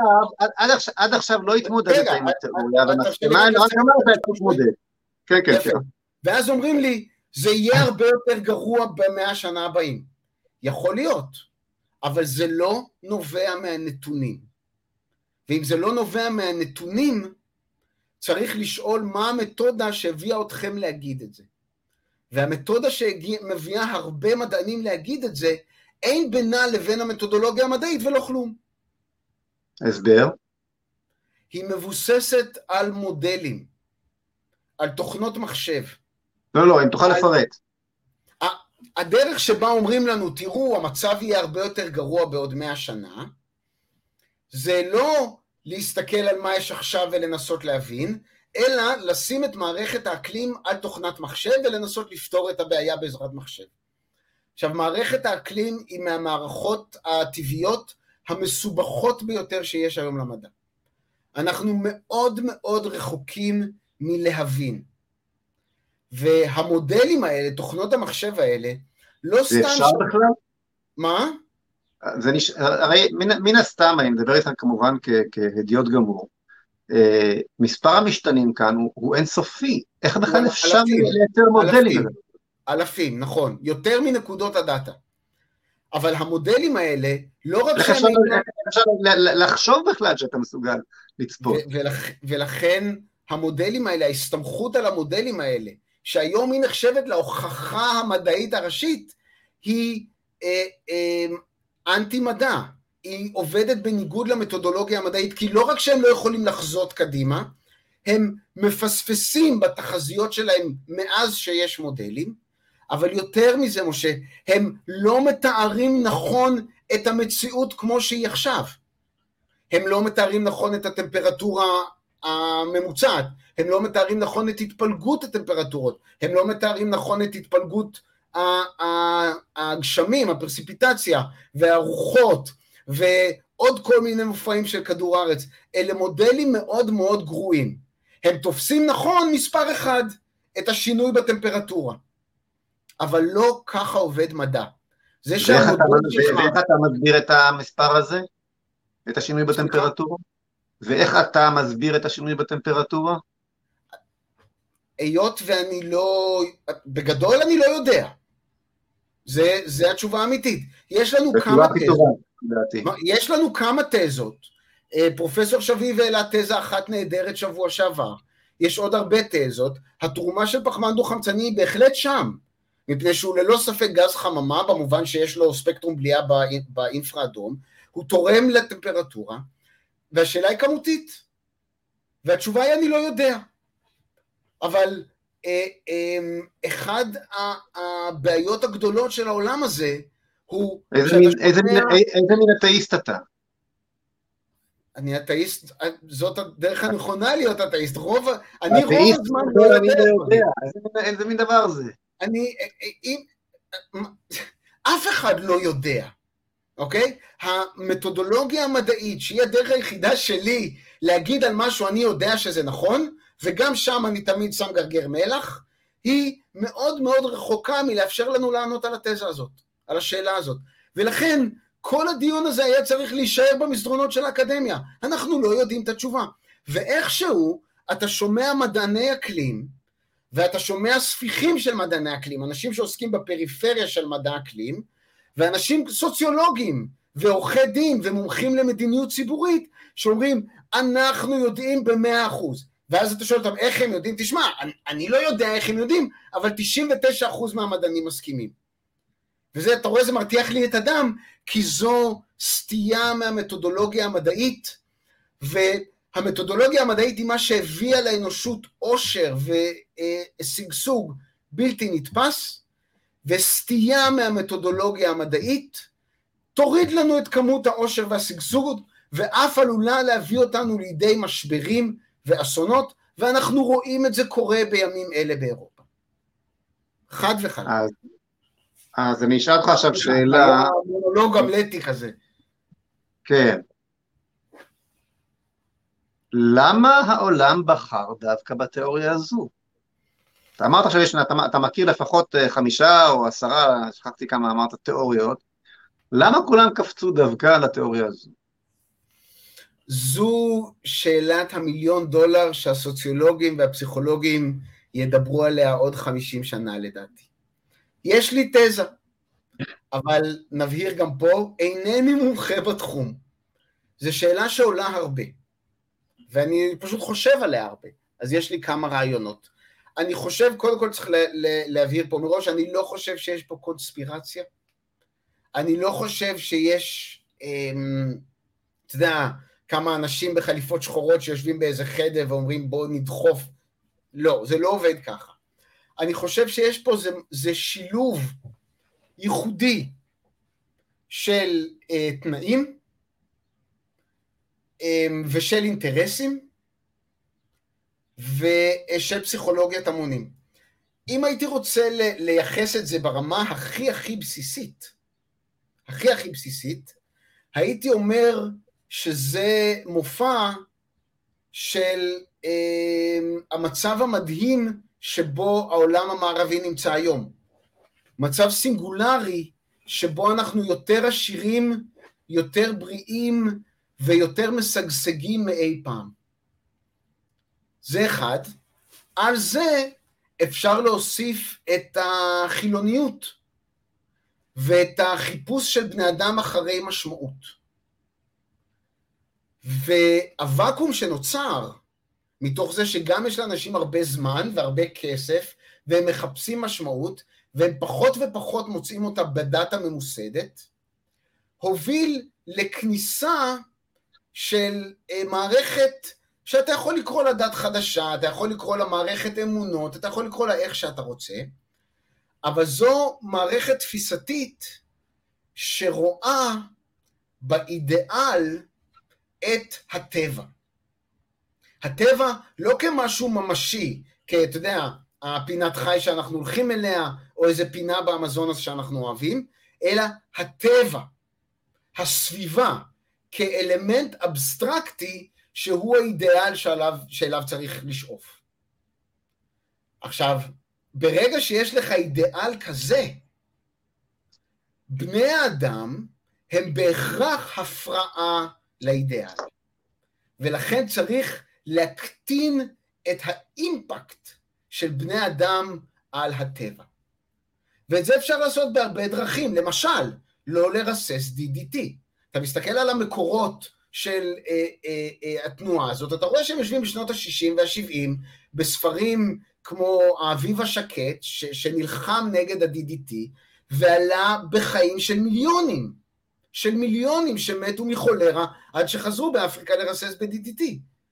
עד עכשיו לא התמודדת עם התיאוריה, ומסכימה, לא אמרת איך תתמודד. כן, כן, כן. ואז אומרים לי, זה יהיה הרבה יותר גרוע ב100 השנה הבאים. יכול להיות, אבל זה לא נובע מהנתונים. ואם זה לא נובע מהנתונים, צריך לשאול מה המתודה שהביאה אתכם להגיד את זה. והמתודה שמביאה הרבה מדענים להגיד את זה, אין בינה לבין המתודולוגיה המדעית ולא כלום. הסבר? היא מבוססת על מודלים, על תוכנות מחשב. לא, אם תוכל לפרט. הדרך שבה אומרים לנו, תראו, המצב יהיה הרבה יותר גרוע בעוד 100 שנה, זה לא להסתכל על מה יש עכשיו ולנסות להבין, אלא לשים את מערכת האקלים על תוכנת מחשב ולנסות לפתור את הבעיה בעזרת מחשב. עכשיו, מערכת האקלים היא מהמערכות הטבעיות המסובכות ביותר שיש היום למדע. אנחנו מאוד מאוד רחוקים מלהבין. והמודלים האלה, תוכנות המחשב האלה, לא סתם... זה אפשר בכלל? מה? הרי מן הסתם, אני מדבר איתך כמובן כהדיוט גמור, מספר המשתנים כאן הוא אינסופי, איך בכלל אפשר לייצר מודלים? אלפים, נכון, יותר מנקודות הדאטה. אבל המודלים האלה, לא רק שהם... לחשוב בכלל שאתה מסוגל לצפות. ולכן המודלים האלה, ההסתמכות על המודלים האלה, שהיום היא נחשבת להוכחה המדעית הראשית, היא אנטי-מדע. היא עובדת בניגוד למתודולוגיה המדעית, כי לא רק שהם לא יכולים לחזות קדימה, הם מפספסים בתחזיות שלהם מאז שיש מודלים, אבל יותר מזה, משה, הם לא מתארים נכון את המציאות כמו שהיא עכשיו. הם לא מתארים נכון את הטמפרטורה הממוצעת, הם לא מתארים נכון את התפלגות הטמפרטורות, הם לא מתארים נכון את התפלגות הגשמים, הפרסיפיטציה והרוחות, ועוד כל מיני מופעים של כדור הארץ. אלה מודלים מאוד מאוד גרועים. הם תופסים נכון מספר אחד, את השינוי בטמפרטורה. אבל לא ככה עובד מדע. ואיך אתה מסביר את המספר הזה? את השינוי בטמפרטורה? ואיך אתה מסביר את השינוי בטמפרטורה? היות ואני לא... בגדול אני לא יודע. זה התשובה האמיתית. יש לנו כמה תזות. יש לנו כמה תזות. פרופסור שביב העלה תזה אחת נהדרת שבוע שעבר. יש עוד הרבה תזות. התרומה של פחמן דו-חמצני היא בהחלט שם. מפני שהוא ללא ספק גז חממה, במובן שיש לו ספקטרום בליעה באינפרה אדום, הוא תורם לטמפרטורה, והשאלה היא כמותית. והתשובה היא אני לא יודע. אבל אחד הבעיות הגדולות של העולם הזה, הוא... איזה מין אתאיסט אתה? אני אתאיסט, זאת הדרך הנכונה להיות אתאיסט. אני רוב הזמן לא יודע. איזה מין דבר זה? אף אחד לא יודע, אוקיי? המתודולוגיה המדעית, שהיא הדרך היחידה שלי להגיד על משהו אני יודע שזה נכון, וגם שם אני תמיד שם גרגר מלח, היא מאוד מאוד רחוקה מלאפשר לנו לענות על התזה הזאת, על השאלה הזאת. ולכן כל הדיון הזה היה צריך להישאר במסדרונות של האקדמיה. אנחנו לא יודעים את התשובה. ואיכשהו אתה שומע מדעני אקלים, ואתה שומע ספיחים של מדעני אקלים, אנשים שעוסקים בפריפריה של מדע אקלים, ואנשים סוציולוגיים, ועורכי דין, ומומחים למדיניות ציבורית, שאומרים, אנחנו יודעים ב100%. ואז אתה שואל אותם, איך הם יודעים? תשמע, אני לא יודע איך הם יודעים, אבל 99% מהמדענים מסכימים. וזה, אתה רואה, זה מרתיח לי את הדם, כי זו סטייה מהמתודולוגיה המדעית, והמתודולוגיה המדעית היא מה שהביאה לאנושות עושר ושגשוג בלתי נתפס, וסטייה מהמתודולוגיה המדעית תוריד לנו את כמות העושר והשגשוג ואף עלולה להביא אותנו לידי משברים ואסונות, ואנחנו רואים את זה קורה בימים אלה באירופה. חד וחלק. אז אני אשאל אותך עכשיו שאלה... מונולוג המלטי כזה. כן. למה העולם בחר דווקא בתיאוריה הזו? אתה אמרת עכשיו, אתה מכיר לפחות 5 או 10, שכחתי כמה אמרת תיאוריות, למה כולם קפצו דווקא על התיאוריה הזו? זו שאלת $1,000,000 שהסוציולוגים והפסיכולוגים ידברו עליה עוד 50 שנה לדעתי. יש לי תזה, אבל נבהיר גם פה, אינני מומחה בתחום. זו שאלה שעולה הרבה, ואני פשוט חושב עליה הרבה, אז יש לי כמה רעיונות. אני חושב, קודם כל צריך להבהיר פה מראש, אני לא חושב שיש פה קונספירציה, אני לא חושב שיש, אתה יודע, כמה אנשים בחליפות שחורות שיושבים באיזה חדר ואומרים בואו נדחוף, לא, זה לא עובד ככה. אני חושב שיש פה, זה שילוב ייחודי של תנאים ושל אינטרסים ושל פסיכולוגיית המונים. אם הייתי רוצה לייחס את זה ברמה הכי בסיסית, הכי בסיסית, הייתי אומר שזה מופע של המצב המדהים שבו העולם המערבי נמצא היום. מצב סינגולרי שבו אנחנו יותר עשירים, יותר בריאים ויותר משגשגים מאי פעם. זה אחד. על זה אפשר להוסיף את החילוניות ואת החיפוש של בני אדם אחרי משמעות. והוואקום שנוצר מתוך זה שגם יש לאנשים הרבה זמן והרבה כסף והם מחפשים משמעות והם פחות ופחות מוצאים אותה בדאטה ממוסדת, הוביל לכניסה של מערכת שאתה יכול לקרוא לה דת חדשה, אתה יכול לקרוא לה מערכת אמונות, אתה יכול לקרוא לה איך שאתה רוצה, אבל זו מערכת תפיסתית שרואה באידיאל את הטבע. הטבע לא כמשהו ממשי, כי אתה יודע, הפינת חי שאנחנו הולכים אליה, או איזה פינה באמזונס שאנחנו אוהבים, אלא הטבע, הסביבה, כאלמנט אבסטרקטי, שהוא האידיאל שאליו צריך לשאוף. עכשיו, ברגע שיש לך אידיאל כזה, בני האדם הם בהכרח הפרעה לאידיאל, ולכן צריך להקטין את האימפקט של בני אדם על הטבע. ואת זה אפשר לעשות בהרבה דרכים, למשל, לא לרסס DDT. אתה מסתכל על המקורות של התנועה הזאת, אתה רואה שהם יושבים בשנות ה-60 וה-70, בספרים כמו האביב השקט, שנלחם נגד ה-DDT, ועלה בחיים של מיליונים שמתו מחולרה, עד שחזרו באפריקה לרסס ב-DDT.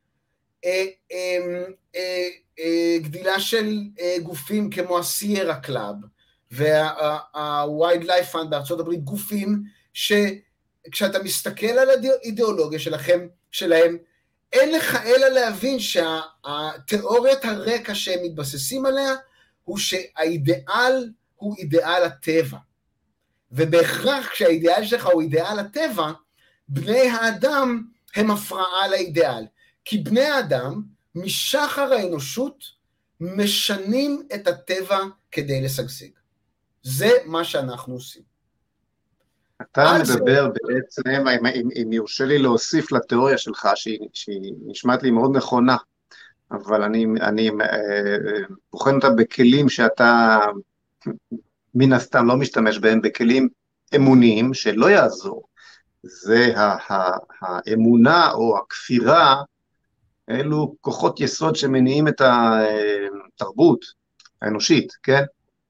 גדילה של גופים כמו ה-Sierra Club, וה-Wildlife Fund בארצות הברית, גופים שכשאתה מסתכל על האידיאולוגיה שלהם, אין לך אלא להבין שהתיאוריית הרקע שהם מתבססים עליה, הוא שהאידיאל הוא אידיאל הטבע. ובהכרח כשהאידיאל שלך הוא אידיאל הטבע, בני האדם הם הפרעה לאידיאל. כי בני האדם, משחר האנושות, משנים את הטבע כדי לשגשג. זה מה שאנחנו עושים. אתה מדבר בעצם, אם יורשה לי להוסיף לתיאוריה שלך, שהיא נשמעת לי מאוד נכונה, אבל אני בוחן אותה בכלים שאתה מן הסתם לא משתמש בהם, בכלים אמוניים שלא יעזור. זה האמונה או הכפירה, אלו כוחות יסוד שמניעים את התרבות האנושית, כן?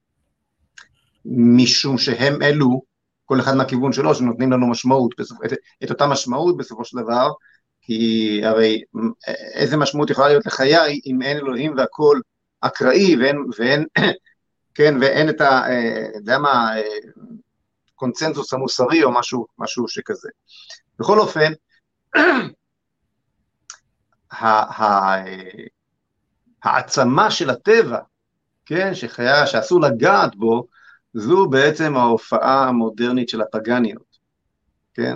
משום שהם אלו, כל אחד מהכיוון שלו, שנותנים לנו משמעות, את אותה משמעות בסופו של דבר, כי הרי איזה משמעות יכולה להיות לחיי אם אין אלוהים והכל אקראי, ואין, כן, ואין את הקונצנזוס המוסרי או משהו שכזה. בכל אופן, העצמה של הטבע, כן, שחיה, שאסור לגעת בו, זו בעצם ההופעה המודרנית של הפגניות, כן?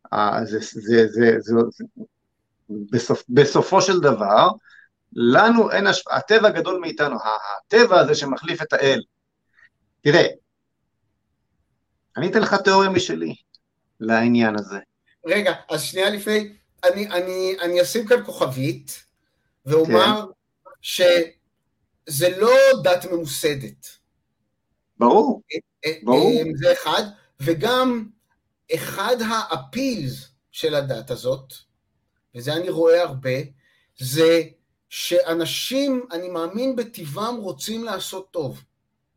בסופו של דבר, לנו אין השפעה, הטבע גדול מאיתנו, הטבע הזה שמחליף את האל. תראה, אני אתן לך תיאוריה משלי לעניין הזה. רגע, אז שנייה לפני, אני אשים כאן כוכבית, ואומר שזה לא דת ממוסדת. ברור, ברור. זה אחד, וגם אחד האפילס של הדת הזאת, וזה אני רואה הרבה, זה שאנשים, אני מאמין בטבעם, רוצים לעשות טוב.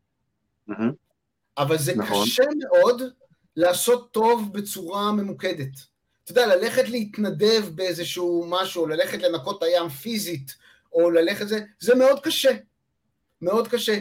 אבל זה קשה מאוד לעשות טוב בצורה ממוקדת. אתה יודע, ללכת להתנדב באיזשהו משהו, או ללכת לנקות הים פיזית, או ללכת זה מאוד קשה. מאוד קשה.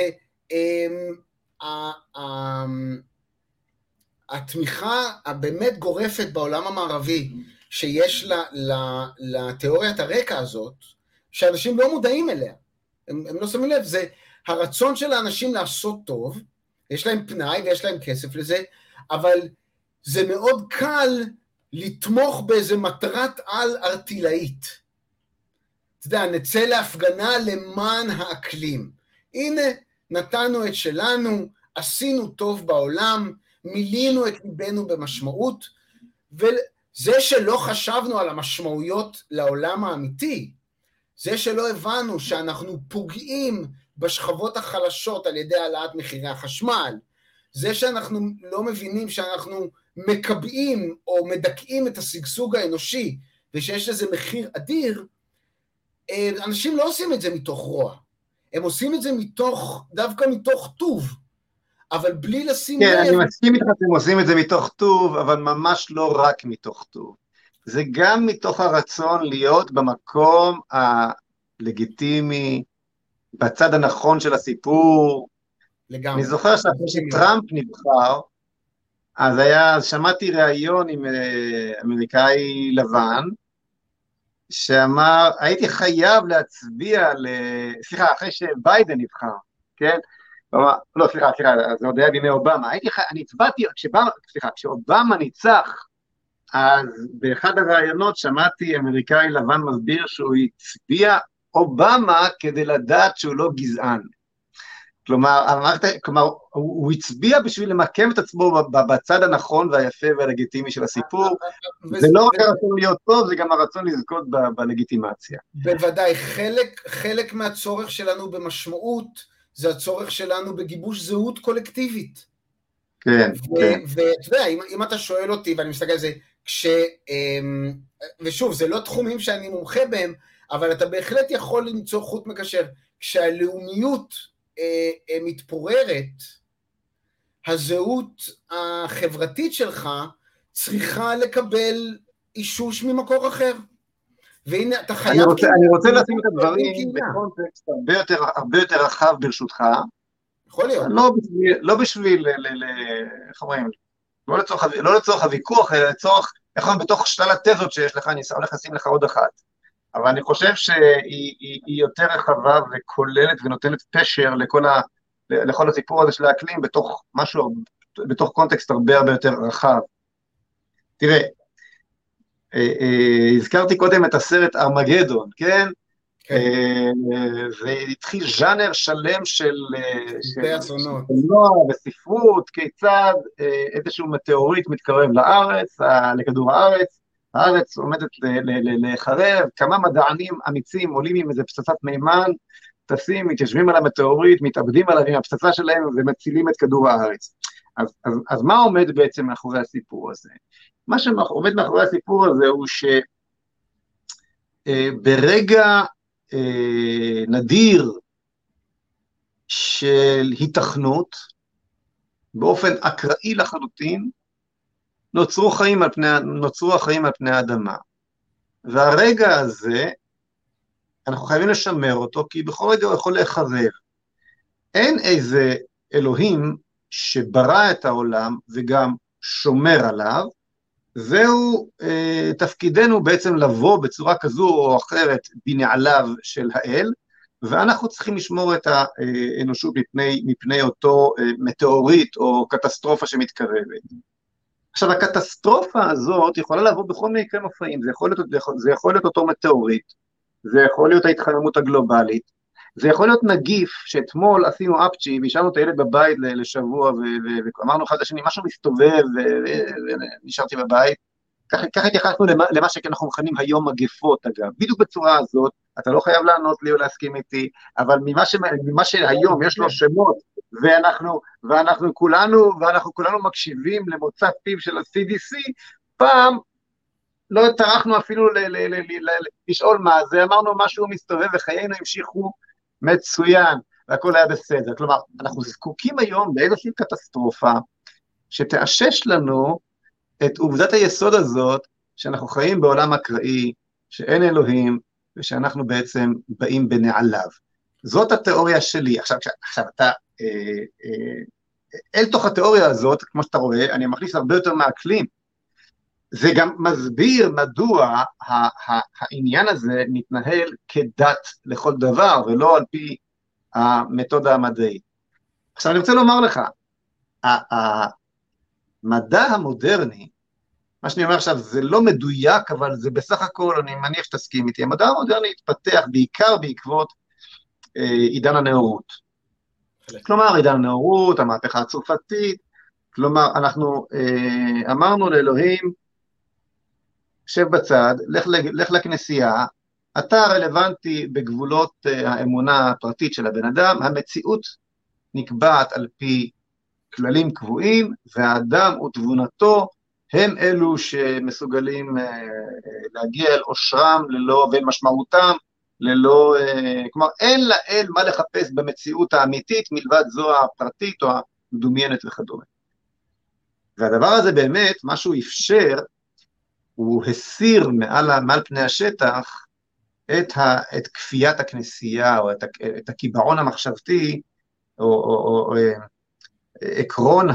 והתמיכה הבאמת גורפת בעולם המערבי, שיש לתיאוריית הרקע הזאת, שאנשים לא מודעים אליה. הם לא שמים לב, זה הרצון של האנשים לעשות טוב, יש להם פנאי ויש להם כסף לזה, אבל זה מאוד קל לתמוך באיזה מטרת על ארטילאית. אתה יודע, נצא להפגנה למען האקלים. הנה, נתנו את שלנו, עשינו טוב בעולם, מילינו את ליבנו במשמעות, וזה שלא חשבנו על המשמעויות לעולם האמיתי, זה שלא הבנו שאנחנו פוגעים בשכבות החלשות על ידי העלאת מחירי החשמל, זה שאנחנו לא מבינים שאנחנו מקבעים או מדכאים את השגשוג האנושי, ושיש לזה מחיר אדיר, אנשים לא עושים את זה מתוך רוע, הם עושים את זה דווקא מתוך טוב, אבל בלי לשים לב. כן, אני מסכים איתך, אתם עושים את זה מתוך טוב, אבל ממש לא רק מתוך טוב. זה גם מתוך הרצון להיות במקום הלגיטימי, בצד הנכון של הסיפור. לגמרי. אני זוכר שאחרי שטראמפ נבחר, אז שמעתי ראיון עם אמריקאי לבן, שאמר, הייתי חייב להצביע, אחרי שביידן נבחר, כן? לא, סליחה, זה עוד היה בימי אובמה, אני הצבעתי, כשאובמה ניצח, אז באחד הראיונות שמעתי אמריקאי לבן מסביר שהוא הצביע אובמה כדי לדעת שהוא לא גזען. כלומר, הוא הצביע בשביל למקם את עצמו בצד הנכון והיפה והלגיטימי של הסיפור, זה לא רק הרצון להיות טוב, זה גם הרצון לזכות בלגיטימציה. בוודאי, חלק מהצורך שלנו במשמעות, זה הצורך שלנו בגיבוש זהות קולקטיבית. כן, כן. ואתה יודע, אם אתה שואל אותי, ואני מסתכל על זה, ושוב, זה לא תחומים שאני מומחה בהם, אבל אתה בהחלט יכול למצוא חוט מקשר, כשהלאומיות מתפוררת, הזהות החברתית שלך צריכה לקבל אישוש ממקור אחר. והנה, אתה חייב... אני רוצה לשים את הדברים בקונטקסט הרבה יותר רחב ברשותך. יכול להיות. לא בשביל, איך אומרים, לא לצורך הוויכוח, אלא לצורך, איך אומרים, בתוך שלל התזות שיש לך, אני הולך לשים לך עוד אחת. אבל אני חושב שהיא יותר רחבה וכוללת ונותנת פשר לכל הסיפור הזה של האקלים בתוך קונטקסט הרבה יותר רחב. תראה, הזכרתי קודם את הסרט ארמגדון, כן? והתחיל ז'אנר שלם של נוער וספרות, כיצד איזשהו מטאוריט מתקרב לארץ, לכדור הארץ, הארץ עומדת לחרב, כמה מדענים אמיצים עולים עם איזה פצצת מימן, טסים, מתיישבים על המטאוריט, מתאבדים עליו עם הפצצה שלהם ומצילים את כדור הארץ. אז מה עומד בעצם מאחורי הסיפור הזה? מה שעומד מאחורי הסיפור הזה הוא שברגע נדיר של התכנות, באופן אקראי לחלוטין, נוצרו החיים על פני האדמה. והרגע הזה, אנחנו חייבים לשמר אותו, כי בכל רגע הוא יכול להיחרב. אין איזה אלוהים שברא את העולם וגם שומר עליו, זהו תפקידנו בעצם לבוא בצורה כזו או אחרת בנעליו של האל, ואנחנו צריכים לשמור את האנושות מפני אותו מטאוריט או קטסטרופה שמתקרבת. עכשיו, הקטסטרופה הזאת יכולה לבוא בכל מיני מופעים, זה יכול להיות אותו מטאוריט, זה יכול להיות ההתחממות הגלובלית, זה יכול להיות נגיף שאתמול עשינו אפצ'י, והשארנו את הילד בבית לשבוע, ואמרנו אחד לשני, משהו מסתובב, ונשארתי בבית, ככה התייחסנו למה שאנחנו מכנים היום מגפות, אגב, בדיוק בצורה הזאת, אתה לא חייב לענות לי או להסכים איתי, אבל ממה שהיום יש לו שמות, ואנחנו כולנו מקשיבים למוצא פיו של ה-CDC, פעם לא טרחנו אפילו לשאול מה זה, אמרנו משהו מסתובב וחיינו המשיכו מצוין, והכל היה בסדר. כלומר, אנחנו זקוקים היום באיזושהי קטסטרופה, שתאשש לנו את עובדת היסוד הזאת, שאנחנו חיים בעולם אקראי, שאין אלוהים, ושאנחנו בעצם באים בנעליו. זאת התיאוריה שלי. עכשיו אתה, אל תוך התיאוריה הזאת, כמו שאתה רואה, אני מכניס הרבה יותר מהאקלים. זה גם מסביר מדוע העניין הזה מתנהל כדת לכל דבר, ולא על פי המתודה המדעית. עכשיו אני רוצה לומר לך, המדע המודרני, מה שאני אומר עכשיו זה לא מדויק, אבל זה בסך הכל, אני מניח שתסכים איתי, המדע המודרני התפתח בעיקר בעקבות עידן הנאורות. כלומר, עידן הנאורות, המהפכה הצרפתית, כלומר, אנחנו אמרנו לאלוהים, שב בצד, לך לכנסייה, אתה רלוונטי בגבולות האמונה הפרטית של הבן אדם, המציאות נקבעת על פי כללים קבועים, והאדם ותבונתו הם אלו שמסוגלים להגיע אל אושרם ואל משמעותם, כלומר אין לאל מה לחפש במציאות האמיתית, מלבד זו הפרטית או המדומיינת וכדומה. והדבר הזה באמת, מה שהוא אפשר, הוא הסיר מעל פני השטח את כפיית הכנסייה, או את הקיבעון המחשבתי, או עקרון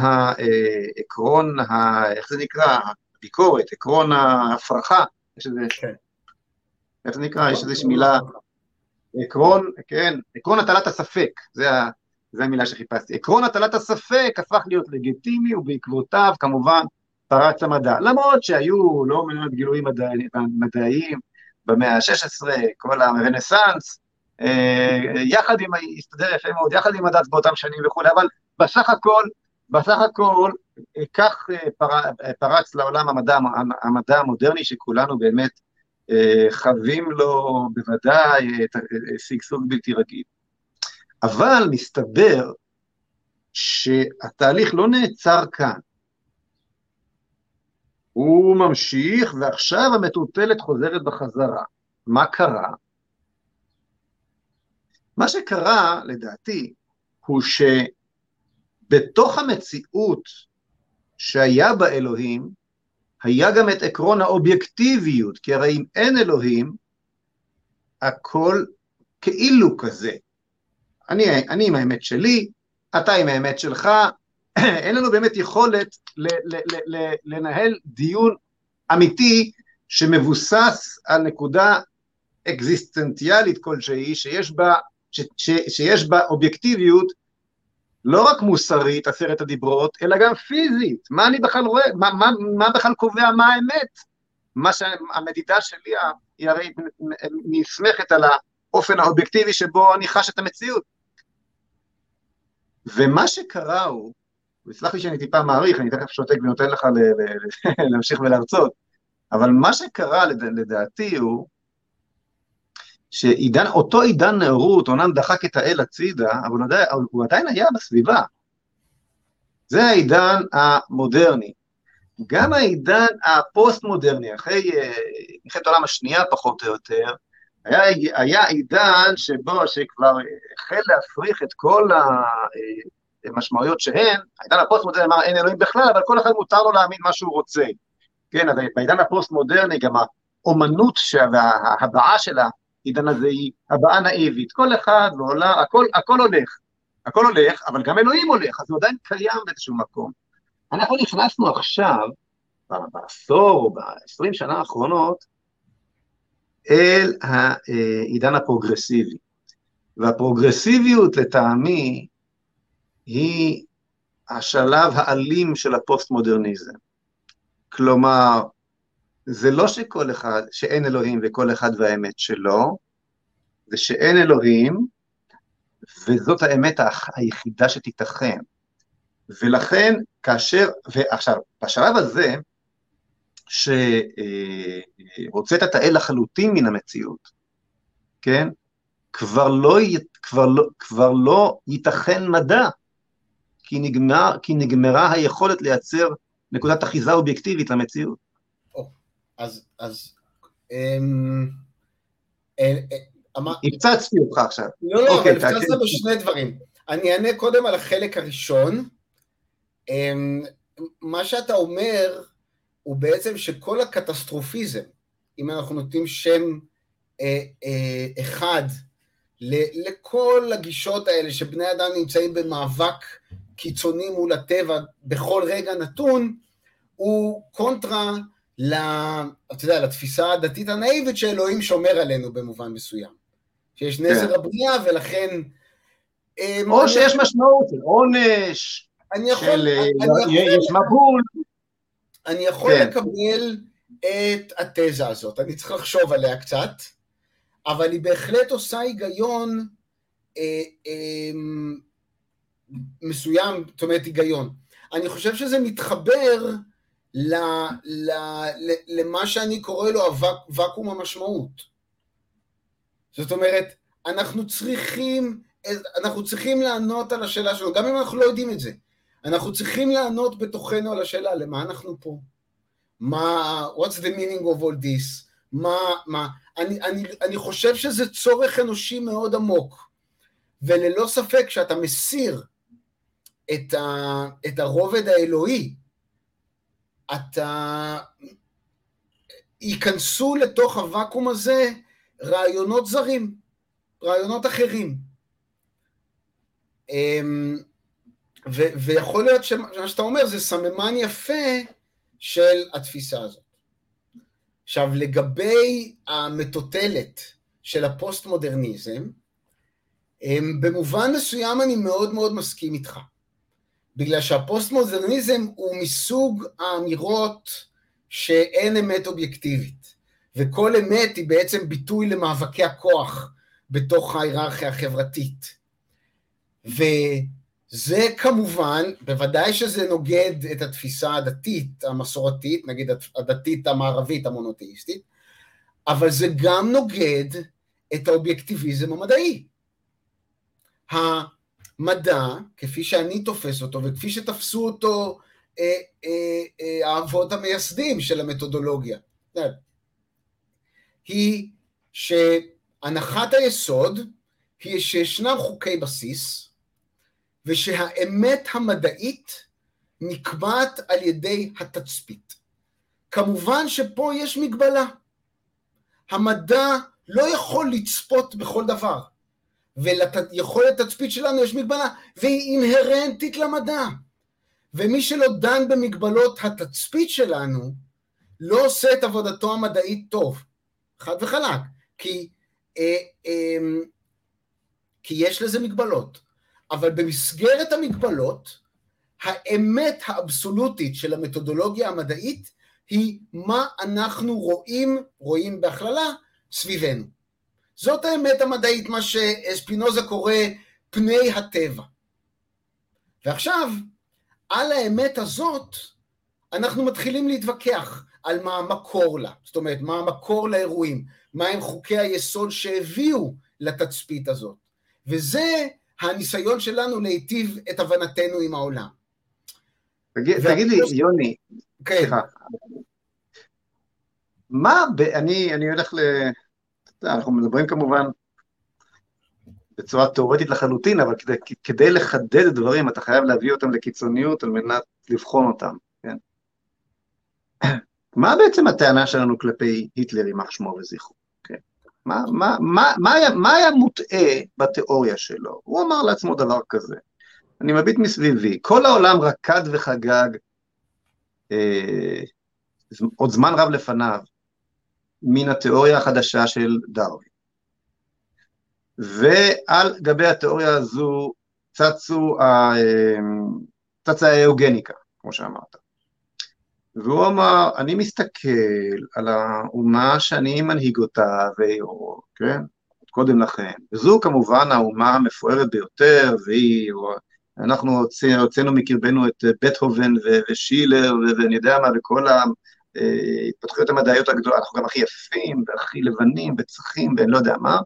איך זה נקרא? הביקורת, עקרון ההפרחה, יש איזה, איך זה נקרא? יש איזושהי מילה, עקרון הטלת הספק, זה המילה שחיפשתי. עקרון הטלת הספק הפך להיות לגיטימי, ובעקבותיו כמובן פרץ המדע, למרות שהיו לא מעט גילויים מדעיים במאה ה-16, כל הרנסנס, יחד עם, הסתדר יפה מאוד, יחד עם הדת באותם שנים וכו', אבל בסך הכל, כך פרץ לעולם המדע המודרני, שכולנו באמת חווים לו בוודאי שגשוג בלתי רגיל. אבל מסתבר שהתהליך לא נעצר כאן, הוא ממשיך, ועכשיו המטוטלת חוזרת בחזרה. מה קרה? מה שקרה, לדעתי, הוא שבתוך המציאות שהיה בה אלוהים, היה גם את עקרון האובייקטיביות, כי הרי אם אין אלוהים, הכל כאילו כזה. אני עם האמת שלי, אתה עם האמת שלך, אין לנו באמת יכולת לנהל דיון אמיתי שמבוסס על נקודה אקזיסטנציאלית כלשהי, שיש בה אובייקטיביות, לא רק מוסרית, 10 הדיברות, אלא גם פיזית. מה אני בכלל רואה? מה בכלל קובע מה האמת? מה שהמדידה שלי היא הרי נסמכת על האופן האובייקטיבי שבו אני חש את המציאות. ומה שקרה הוא, וסלח לי שאני טיפה מעריך, אני תכף שותק ונותן לך להמשיך ולהרצות, אבל מה שקרה לדעתי הוא, שאותו עידן נאורות, אומנם דחק את האל הצידה, אבל הוא עדיין היה בסביבה. זה העידן המודרני. גם העידן הפוסט-מודרני, אחרי מלחמת העולם השנייה פחות או יותר, היה עידן שכבר החל להפריך את כל המשמעויות שהן, העידן הפוסט-מודרני אמר אין אלוהים בכלל, אבל כל אחד מותר לו להאמין מה שהוא רוצה. כן, אז בעידן הפוסט-מודרני גם האומנות וההבעה שלה, העידן הזה היא הבעה נאיבית, כל אחד ועולה, הכל הולך, אבל גם אלוהים הולך, אז הוא עדיין קיים באיזשהו מקום. אנחנו נכנסנו עכשיו בעשור או ב-20 שנה האחרונות, אל העידן הפרוגרסיבי. והפרוגרסיביות לטעמי היא השלב האלים של הפוסט-מודרניזם. כלומר, זה לא שכל אחד, שאין אלוהים וכל אחד והאמת שלו, זה שאין אלוהים, וזאת האמת היחידה שתיתכן. ולכן, ועכשיו, בשלב הזה, שרוצה את האל לחלוטין מן המציאות, כן? כבר לא ייתכן מדע, כי נגמרה היכולת לייצר נקודת אחיזה אובייקטיבית למציאות. הפצצתי אותך עכשיו. לא, אבל הפצצת בשני דברים. אני אענה קודם על החלק הראשון. מה שאתה אומר, הוא בעצם שכל הקטסטרופיזם, אם אנחנו נותנים שם אחד, לכל הגישות האלה שבני אדם נמצאים במאבק קיצוני מול הטבע בכל רגע נתון, הוא קונטרה לתפיסה הדתית הנאיבית שאלוהים שומר עלינו במובן מסוים. שיש נזר הבריאה ולכן... או שיש משמעות, עונש, יש מבול. אני יכול לקבל את התזה הזאת, אני צריך לחשוב עליה קצת, אבל היא בהחלט עושה היגיון מסוים, זאת אומרת היגיון. אני חושב שזה מתחבר למה שאני קורא לו הוואקום המשמעות. זאת אומרת, אנחנו צריכים לענות על השאלה שלנו, גם אם אנחנו לא יודעים את זה. אנחנו צריכים לענות בתוכנו על השאלה, למה אנחנו פה? what's the meaning of all this? אני חושב שזה צורך אנושי מאוד עמוק, וללא ספק שאתה מסיר את הרובד האלוהי, ייכנסו לתוך הוואקום הזה רעיונות זרים, רעיונות אחרים. ויכול להיות שמה שאתה אומר זה סממן יפה של התפיסה הזאת. עכשיו, לגבי המטוטלת של הפוסט-מודרניזם, במובן מסוים אני מאוד מאוד מסכים איתך, בגלל שהפוסט-מודרניזם הוא מסוג האמירות שאין אמת אובייקטיבית, וכל אמת היא בעצם ביטוי למאבקי הכוח בתוך ההיררכיה החברתית. וזה כמובן, בוודאי שזה נוגד את התפיסה הדתית המסורתית, נגיד הדתית המערבית המונותאיסטית, אבל זה גם נוגד את האובייקטיביזם המדעי. המדע, כפי שאני תופס אותו, וכפי שתפסו אותו האבות המייסדים של המתודולוגיה, היא שהנחת היסוד היא שישנם חוקי בסיס, ושהאמת המדעית נקבעת על ידי התצפית. כמובן שפה יש מגבלה. המדע לא יכול לצפות בכל דבר, וליכולת התצפית שלנו יש מגבלה, והיא אינהרנטית למדע. ומי שלא דן במגבלות התצפית שלנו, לא עושה את עבודתו המדעית טוב. חד וחלק. כי יש לזה מגבלות. אבל במסגרת המגבלות, האמת האבסולוטית של המתודולוגיה המדעית, היא מה אנחנו רואים בהכללה סביבנו. זאת האמת המדעית, מה שספינוזה קורא פני הטבע. ועכשיו, על האמת הזאת, אנחנו מתחילים להתווכח על מה המקור לה. זאת אומרת, מה המקור לאירועים, מה הם חוקי היסוד שהביאו לתצפית הזאת. וזה הניסיון שלנו להיטיב את הבנתנו עם העולם. תגיד לי, יוני, סליחה, אני הולך אנחנו מדברים כמובן בצורה תיאורטית לחלוטין, אבל כדי לחדד דברים, אתה חייב להביא אותם לקיצוניות על מנת לבחון אותם, כן? מה בעצם הטענה שלנו כלפי היטלר, יימח שמו וזכרו? כן? מה היה מוטעה בתיאוריה שלו? הוא אמר לעצמו דבר כזה, אני מביט מסביבי, כל העולם רקד וחגג עוד זמן רב לפניו, מן התיאוריה החדשה של דרווין. ועל גבי התיאוריה הזו צצה האוגניקה, כמו שאמרת. והוא אמר, אני מסתכל על האומה שאני מנהיג אותה, כן? קודם לכן. וזו כמובן האומה המפוארת ביותר, אנחנו הוצאנו מקרבנו את בטהובן ושילר, ואני יודע מה, וכל ההתפתחויות המדעיות הגדולות, אנחנו גם הכי יפים, והכי לבנים, וצחים, ואני לא יודע מה.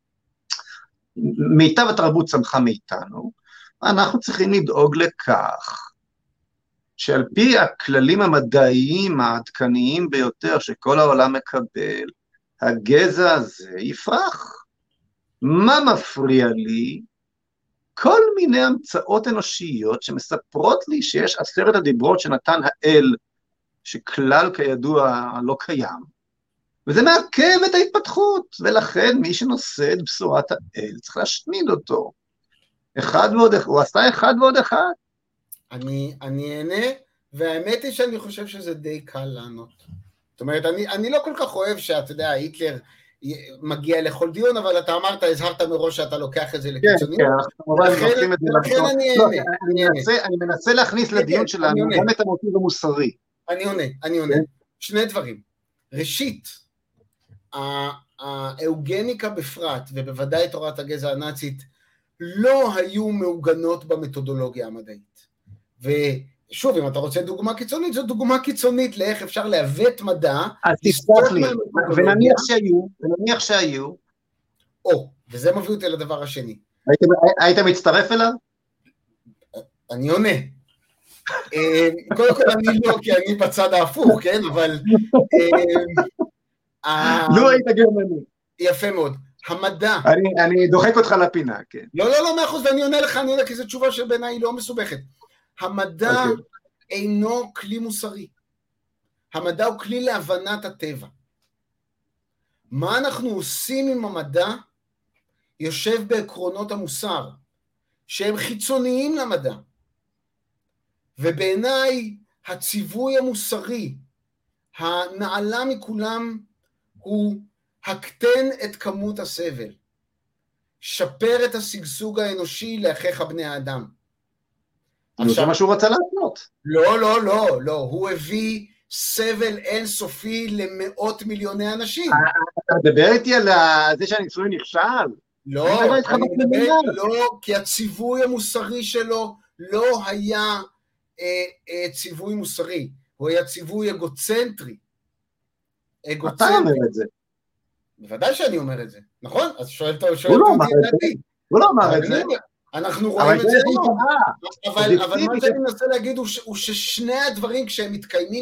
מיטב התרבות צמחה מאיתנו, אנחנו צריכים לדאוג לכך, שעל פי הכללים המדעיים העדכניים ביותר שכל העולם מקבל, הגזע הזה יפרח. מה מפריע לי? כל מיני המצאות אנושיות שמספרות לי שיש 10 הדיברות שנתן האל, שכלל כידוע לא קיים, וזה מעכב את ההתפתחות, ולכן מי שנושא את בשורת האל צריך להשמיד אותו. הוא עשה 1 ועוד 1. אני אענה, והאמת היא שאני חושב שזה די קל לענות. זאת אומרת, אני לא כל כך אוהב שאתה יודע, היטלר מגיע לכל דיון, אבל אתה אמרת, הזהרת מראש שאתה לוקח את זה לקיצוניות. כן, אנחנו כמובן לוקחים את זה לכן אני מנסה להכניס לדיון שלנו גם את המוטיב המוסרי. אני עונה. 2 דברים. ראשית, האוגניקה בפרט, ובוודאי תורת הגזע הנאצית, לא היו מעוגנות במתודולוגיה המדעית. ושוב, אם אתה רוצה דוגמה קיצונית, זו דוגמה קיצונית לאיך אפשר להוות מדע. אז תסלח לי, ונניח שהיו. וזה מביא אותי לדבר השני. היית מצטרף אליו? אני עונה. קודם כל אני לא, כי אני בצד ההפוך, כן? אבל... לא היית גרמני. יפה מאוד. המדע. אני דוחק אותך לפינה, כן. לא, 100%, ואני עונה לך, כי זו תשובה שבעיניי לא מסובכת. המדע אינו כלי מוסרי. המדע הוא כלי להבנת הטבע. מה אנחנו עושים עם המדע? יושב בעקרונות המוסר, שהם חיצוניים למדע. ובעיניי הציווי המוסרי, הנעלה מכולם, הוא הקטן את כמות הסבל. שפר את השגשוג האנושי לאחיך בני האדם. זה מה שהוא רצה לעשות. לא, הוא הביא סבל אינסופי למאות מיליוני אנשים. אתה מדבר איתי על זה שהניסוי נכשל? לא, כי הציווי המוסרי שלו לא היה ציווי מוסרי, הוא היה ציווי אגוצנטרי. אתה אומר את זה. בוודאי שאני אומר את זה, נכון? אז שואל הוא לא אמר את זה. אנחנו רואים את זה היום. אבל מה שאני מנסה להגיד הוא ששני הדברים כשהם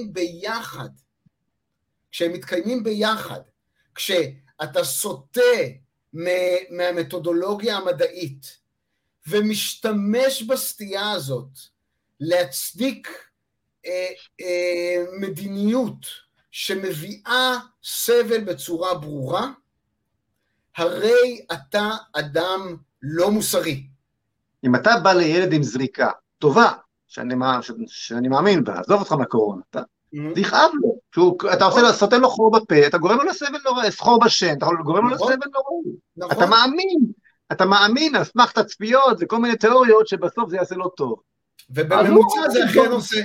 מתקיימים ביחד, כשאתה סוטה מהמתודולוגיה המדעית, ומשתמש בסטייה הזאת להצדיק מדיניות שמביאה סבל בצורה ברורה, הרי אתה אדם לא מוסרי. אם אתה בא לילד עם זריקה טובה, שאני מאמין בה, עזוב אותך מהקורונה, זה יכאב לו, אתה סותם לו חור בפה, אתה גורם לו לסבל נוראי, חור בשן, אתה גורם לו לסבל נוראי, אתה מאמין, על סמך תצפיות וכל מיני תיאוריות שבסוף זה יעשה לו טוב. ובממוצע זה אכן עושה.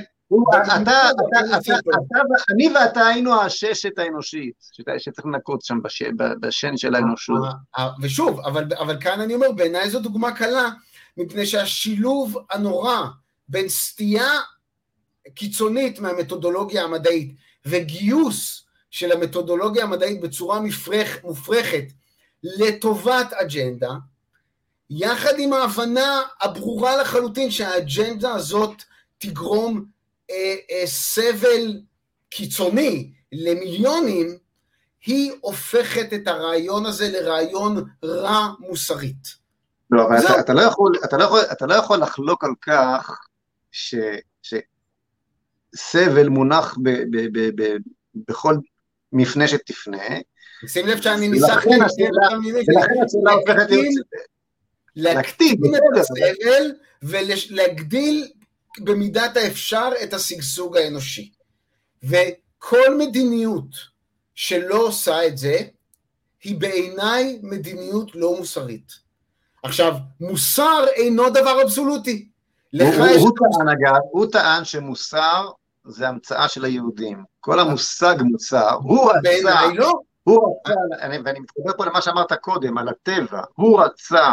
אני ואתה היינו הששת האנושית, שצריך לנקות שם בשן של האנושות. ושוב, אבל כאן אני אומר, בעיניי זו דוגמה קלה, מפני שהשילוב הנורא בין סטייה קיצונית מהמתודולוגיה המדעית, וגיוס של המתודולוגיה המדעית בצורה מופרכת לטובת אג'נדה, יחד עם ההבנה הברורה לחלוטין שהאג'נדה הזאת תגרום סבל קיצוני למיליונים, היא הופכת את הרעיון הזה לרעיון רע מוסרית. לא, אבל אתה לא יכול לחלוק על כך שסבל מונח בכל מפנה שתפנה. שים לב שאני ניסחתי, ולכן השאלה הופכת להקטין את הסבל ולהגדיל במידת האפשר את השגשוג האנושי. כל מדיניות שלא עושה את זה, היא בעיניי מדיניות לא מוסרית. עכשיו, מוסר אינו דבר אבסולוטי. הוא טען שמוסר זה המצאה של היהודים. כל המושג מוסר, הוא רצה, בעיניי לא. ואני מתחבר פה למה שאמרת קודם, על הטבע, הוא רצה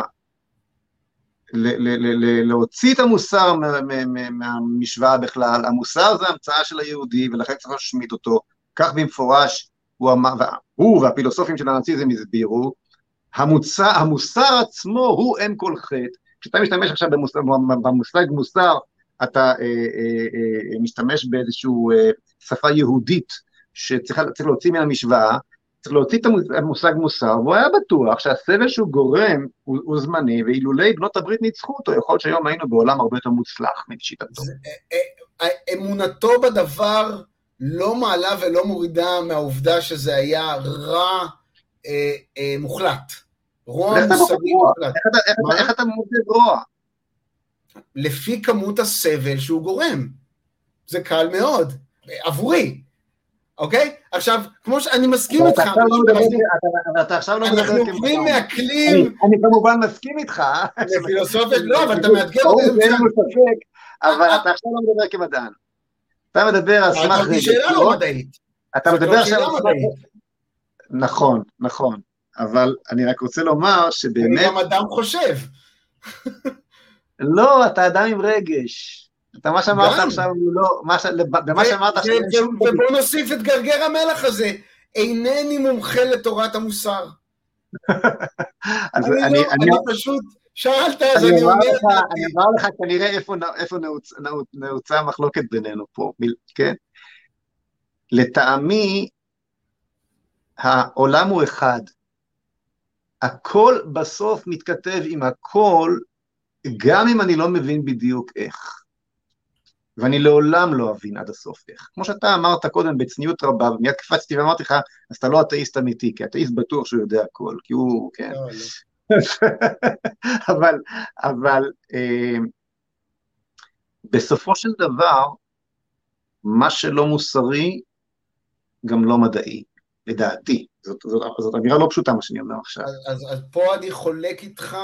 להוציא את המוסר מהמשוואה בכלל, המוסר זה המצאה של היהודי, ולכן צריך להשמיט אותו, כך במפורש, הוא והפילוסופים של הנאציזם הסבירו, המוסר עצמו הוא אין כל חטא, כשאתה משתמש עכשיו במושג מוסר, אתה משתמש באיזשהו שפה יהודית, שצריך להוציא מן המשוואה, צריך להוציא את המושג מוסר, והוא היה בטוח שהסבל שהוא גורם הוא זמני, ואילולי בנות הברית ניצחו אותו, יכול להיות שהיום היינו בעולם הרבה יותר מוצלח משיטתו. אמונתו בדבר לא מעלה ולא מורידה מהעובדה שזה היה רע מוחלט. רוע מוסרי מוחלט. איך אתה מודד רוע? לפי כמות הסבל שהוא גורם. זה קל מאוד, עבורי. אוקיי? עכשיו, כמו שאני מסכים איתך, אתה עכשיו לא מדבר אנחנו עוברים מהכלים... אני כמובן מסכים איתך. לפילוסופיה, לא, אבל אתה מאתגר אותי. אבל אתה עכשיו לא מדבר כמדען. אתה מדבר על סמך... זאת שאלה לא מדעית. אתה מדבר עכשיו... נכון, נכון. אבל אני רק רוצה לומר שבאמת... אני גם אדם חושב. לא, אתה אדם עם רגש. אתה מה שאמרת עכשיו, במה שאמרת עכשיו... ובוא נוסיף את גרגר המלח הזה, אינני מומחה לתורת המוסר. אני פשוט שאלת, אז אני אומר... אני אמר לך כנראה איפה נעוצה המחלוקת בינינו פה, כן? לטעמי, העולם הוא אחד. הכל בסוף מתכתב עם הכל, גם אם אני לא מבין בדיוק איך. ואני לעולם לא אבין עד הסוף איך. כמו שאתה אמרת קודם בצניעות רבה, ומיד קפצתי ואמרתי לך, אז אתה לא אתאיסט אמיתי, כי אתאיסט בטוח שהוא יודע הכל, כי הוא, כן. אבל בסופו של דבר, מה שלא מוסרי, גם לא מדעי, לדעתי. זאת אמירה לא פשוטה מה שאני אומר עכשיו. אז פה אני חולק איתך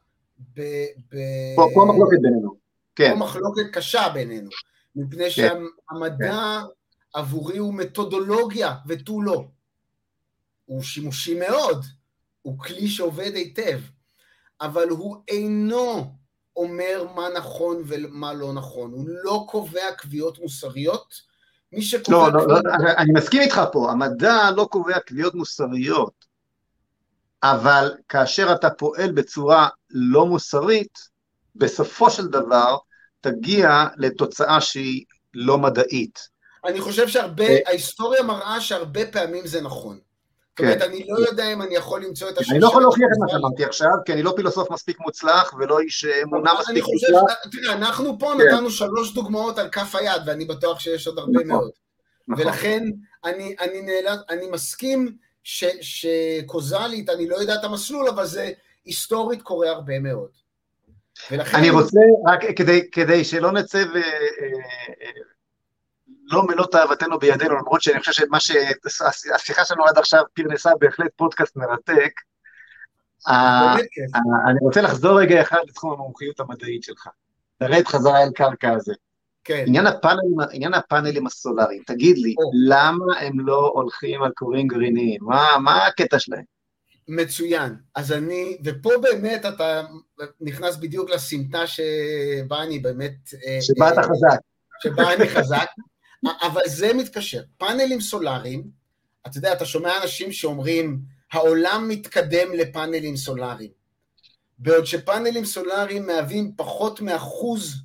פה המחלוקת בינינו. פה מחלוקת קשה בינינו, מפני שהמדע עבורי הוא מתודולוגיה ותו לא. הוא שימושי מאוד, הוא כלי שעובד היטב, אבל הוא אינו אומר מה נכון ומה לא נכון, הוא לא קובע קביעות מוסריות, מי שקובע... לא, אני מסכים איתך פה, המדע לא קובע קביעות מוסריות, אבל כאשר אתה פועל בצורה לא מוסרית, בסופו של דבר תגיע לתוצאה שהיא לא מדעית. אני חושב ההיסטוריה מראה שהרבה פעמים זה נכון. זאת אומרת, אני לא יודע אם אני יכול למצוא את השם. אני לא יכול להוכיח את מה שאמרתי עכשיו, כי אני לא פילוסוף מספיק מוצלח, ולא איש אמונה מספיק מוצלח. תראה, אנחנו פה נתנו 3 דוגמאות על כף היד, ואני בטוח שיש עוד הרבה מאוד. ולכן אני מסכים שקוזלית, אני לא יודע את המסלול, אבל זה היסטורית קורה הרבה מאוד. אני רוצה, רק כדי שלא נצא לא מלוא אהבתנו בידינו, למרות שאני חושב שהשיחה שלנו עד עכשיו פרנסה בהחלט פודקאסט מרתק, אני רוצה לחזור רגע אחד לתחום המומחיות המדעית שלך, תרד חזרה אל קרקע הזה. עניין הפאנלים הסולריים, תגיד לי, למה הם לא הולכים על קורים גרעיניים? מה הקטע שלהם? מצוין, אז ופה באמת אתה נכנס בדיוק לסמטה שבה אני באמת... שבה אתה חזק. שבה אני חזק, אבל זה מתקשר. פאנלים סולריים, אתה יודע, אתה שומע אנשים שאומרים, העולם מתקדם לפאנלים סולריים, בעוד שפאנלים סולריים מהווים פחות מ1%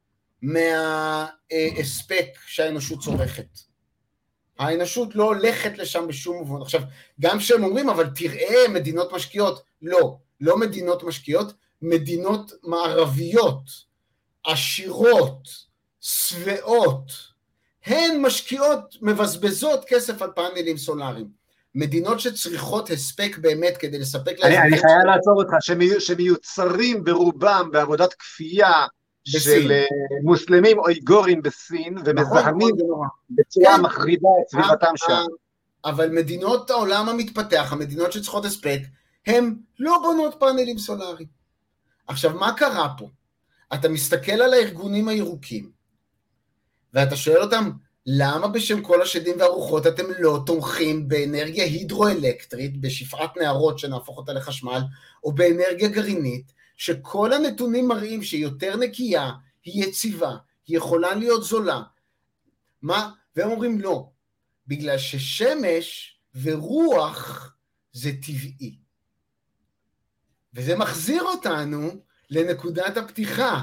מההספק שהאנושות צורכת. האנושות לא הולכת לשם בשום מובן. עכשיו, גם שהם אומרים, אבל תראה מדינות משקיעות, לא מדינות משקיעות, מדינות מערביות, עשירות, שבעות, הן משקיעות, מבזבזות כסף על פאנלים סולריים. מדינות שצריכות הספק באמת כדי לספק... אני חייב לעצור אותך, שמיוצרים ברובם בעבודת כפייה של מוסלמים או איגורים בסין, ומזהמים בצורה מחרידה את סביבתם שם. אבל מדינות העולם המתפתח, המדינות שצריכות הספק, הן לא בונות פאנלים סולאריים. עכשיו, מה קרה פה? אתה מסתכל על הארגונים הירוקים, ואתה שואל אותם, למה בשם כל השדים והרוחות אתם לא תומכים באנרגיה הידרואלקטרית, בשפעת נהרות שנהפוך אותה לחשמל, או באנרגיה גרעינית, שכל הנתונים מראים שהיא יותר נקייה, היא יציבה, היא יכולה להיות זולה. מה? והם אומרים לא, בגלל ששמש ורוח זה טבעי. וזה מחזיר אותנו לנקודת הפתיחה.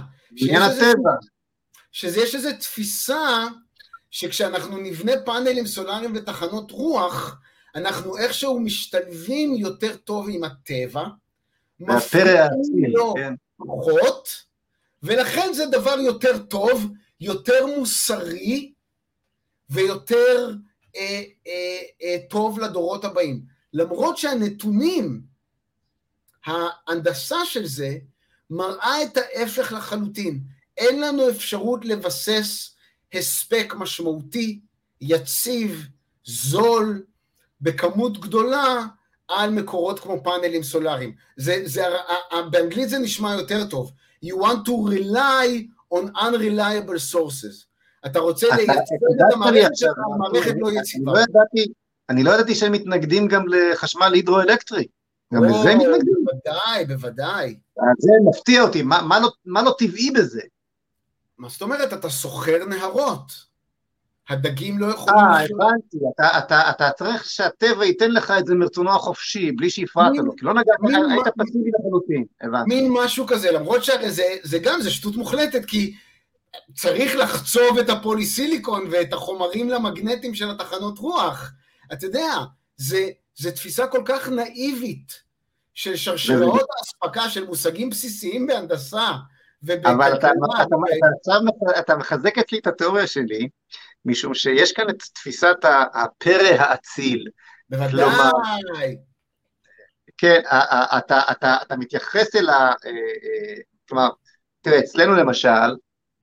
שיש איזו תפיסה שכשאנחנו נבנה פאנלים סולאריים ותחנות רוח, אנחנו איכשהו משתלבים יותר טוב עם הטבע, מפריעים לו פחות, ולכן זה דבר יותר טוב, יותר מוסרי, ויותר טוב לדורות הבאים. למרות שהנתונים, ההנדסה של זה, מראה את ההפך לחלוטין. אין לנו אפשרות לבסס הספק משמעותי, יציב, זול, בכמות גדולה, על מקורות כמו פאנלים סולאריים. באנגלית זה נשמע יותר טוב. You want to rely on unreliable sources. אתה רוצה לייצב את המערכת שלך, המערכת לא יציבה. אני לא ידעתי שהם מתנגדים גם לחשמל הידרואלקטרי. גם לזה הם מתנגדים. בוודאי. זה מפתיע אותי, מה לא טבעי בזה? מה זאת אומרת? אתה סוחר נהרות. הדגים לא יכולים... הבנתי, אתה צריך שהטבע ייתן לך את זה מרצונו החופשי, בלי שהפרעת לו, כי לא נגעת, היית פסיבי לחלוטין, הבנתי. מין משהו כזה, למרות שזה גם, זה שטות מוחלטת, כי צריך לחצוב את הפוליסיליקון ואת החומרים למגנטים של התחנות רוח. אתה יודע, זה תפיסה כל כך נאיבית של שרשראות האספקה של מושגים בסיסיים בהנדסה, אבל אתה מחזק אצלי את התיאוריה שלי, משום שיש כאן את תפיסת הפרא האציל. בוודאי. כן, אתה מתייחס אל כלומר, תראה, אצלנו למשל,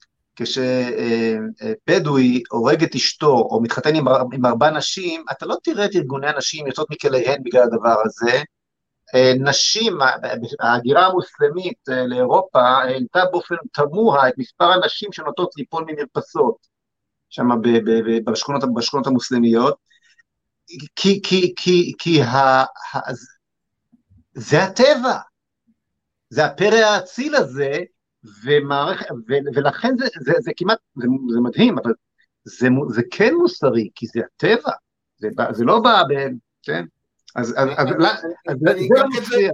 כשבדואי הורג את אשתו, או מתחתן עם 4 נשים, אתה לא תראה את ארגוני הנשים יוצאות מכליהן בגלל הדבר הזה. נשים, ההגירה המוסלמית לאירופה, העלתה באופן תמוה את מספר הנשים שנוטות ליפול ממרפסות, שם בשכונות המוסלמיות, כי זה הטבע, זה הפרא האציל הזה, ולכן זה כמעט, זה מדהים, אבל זה כן מוסרי, כי זה הטבע, זה לא בא, כן? אז זה לא מפריע,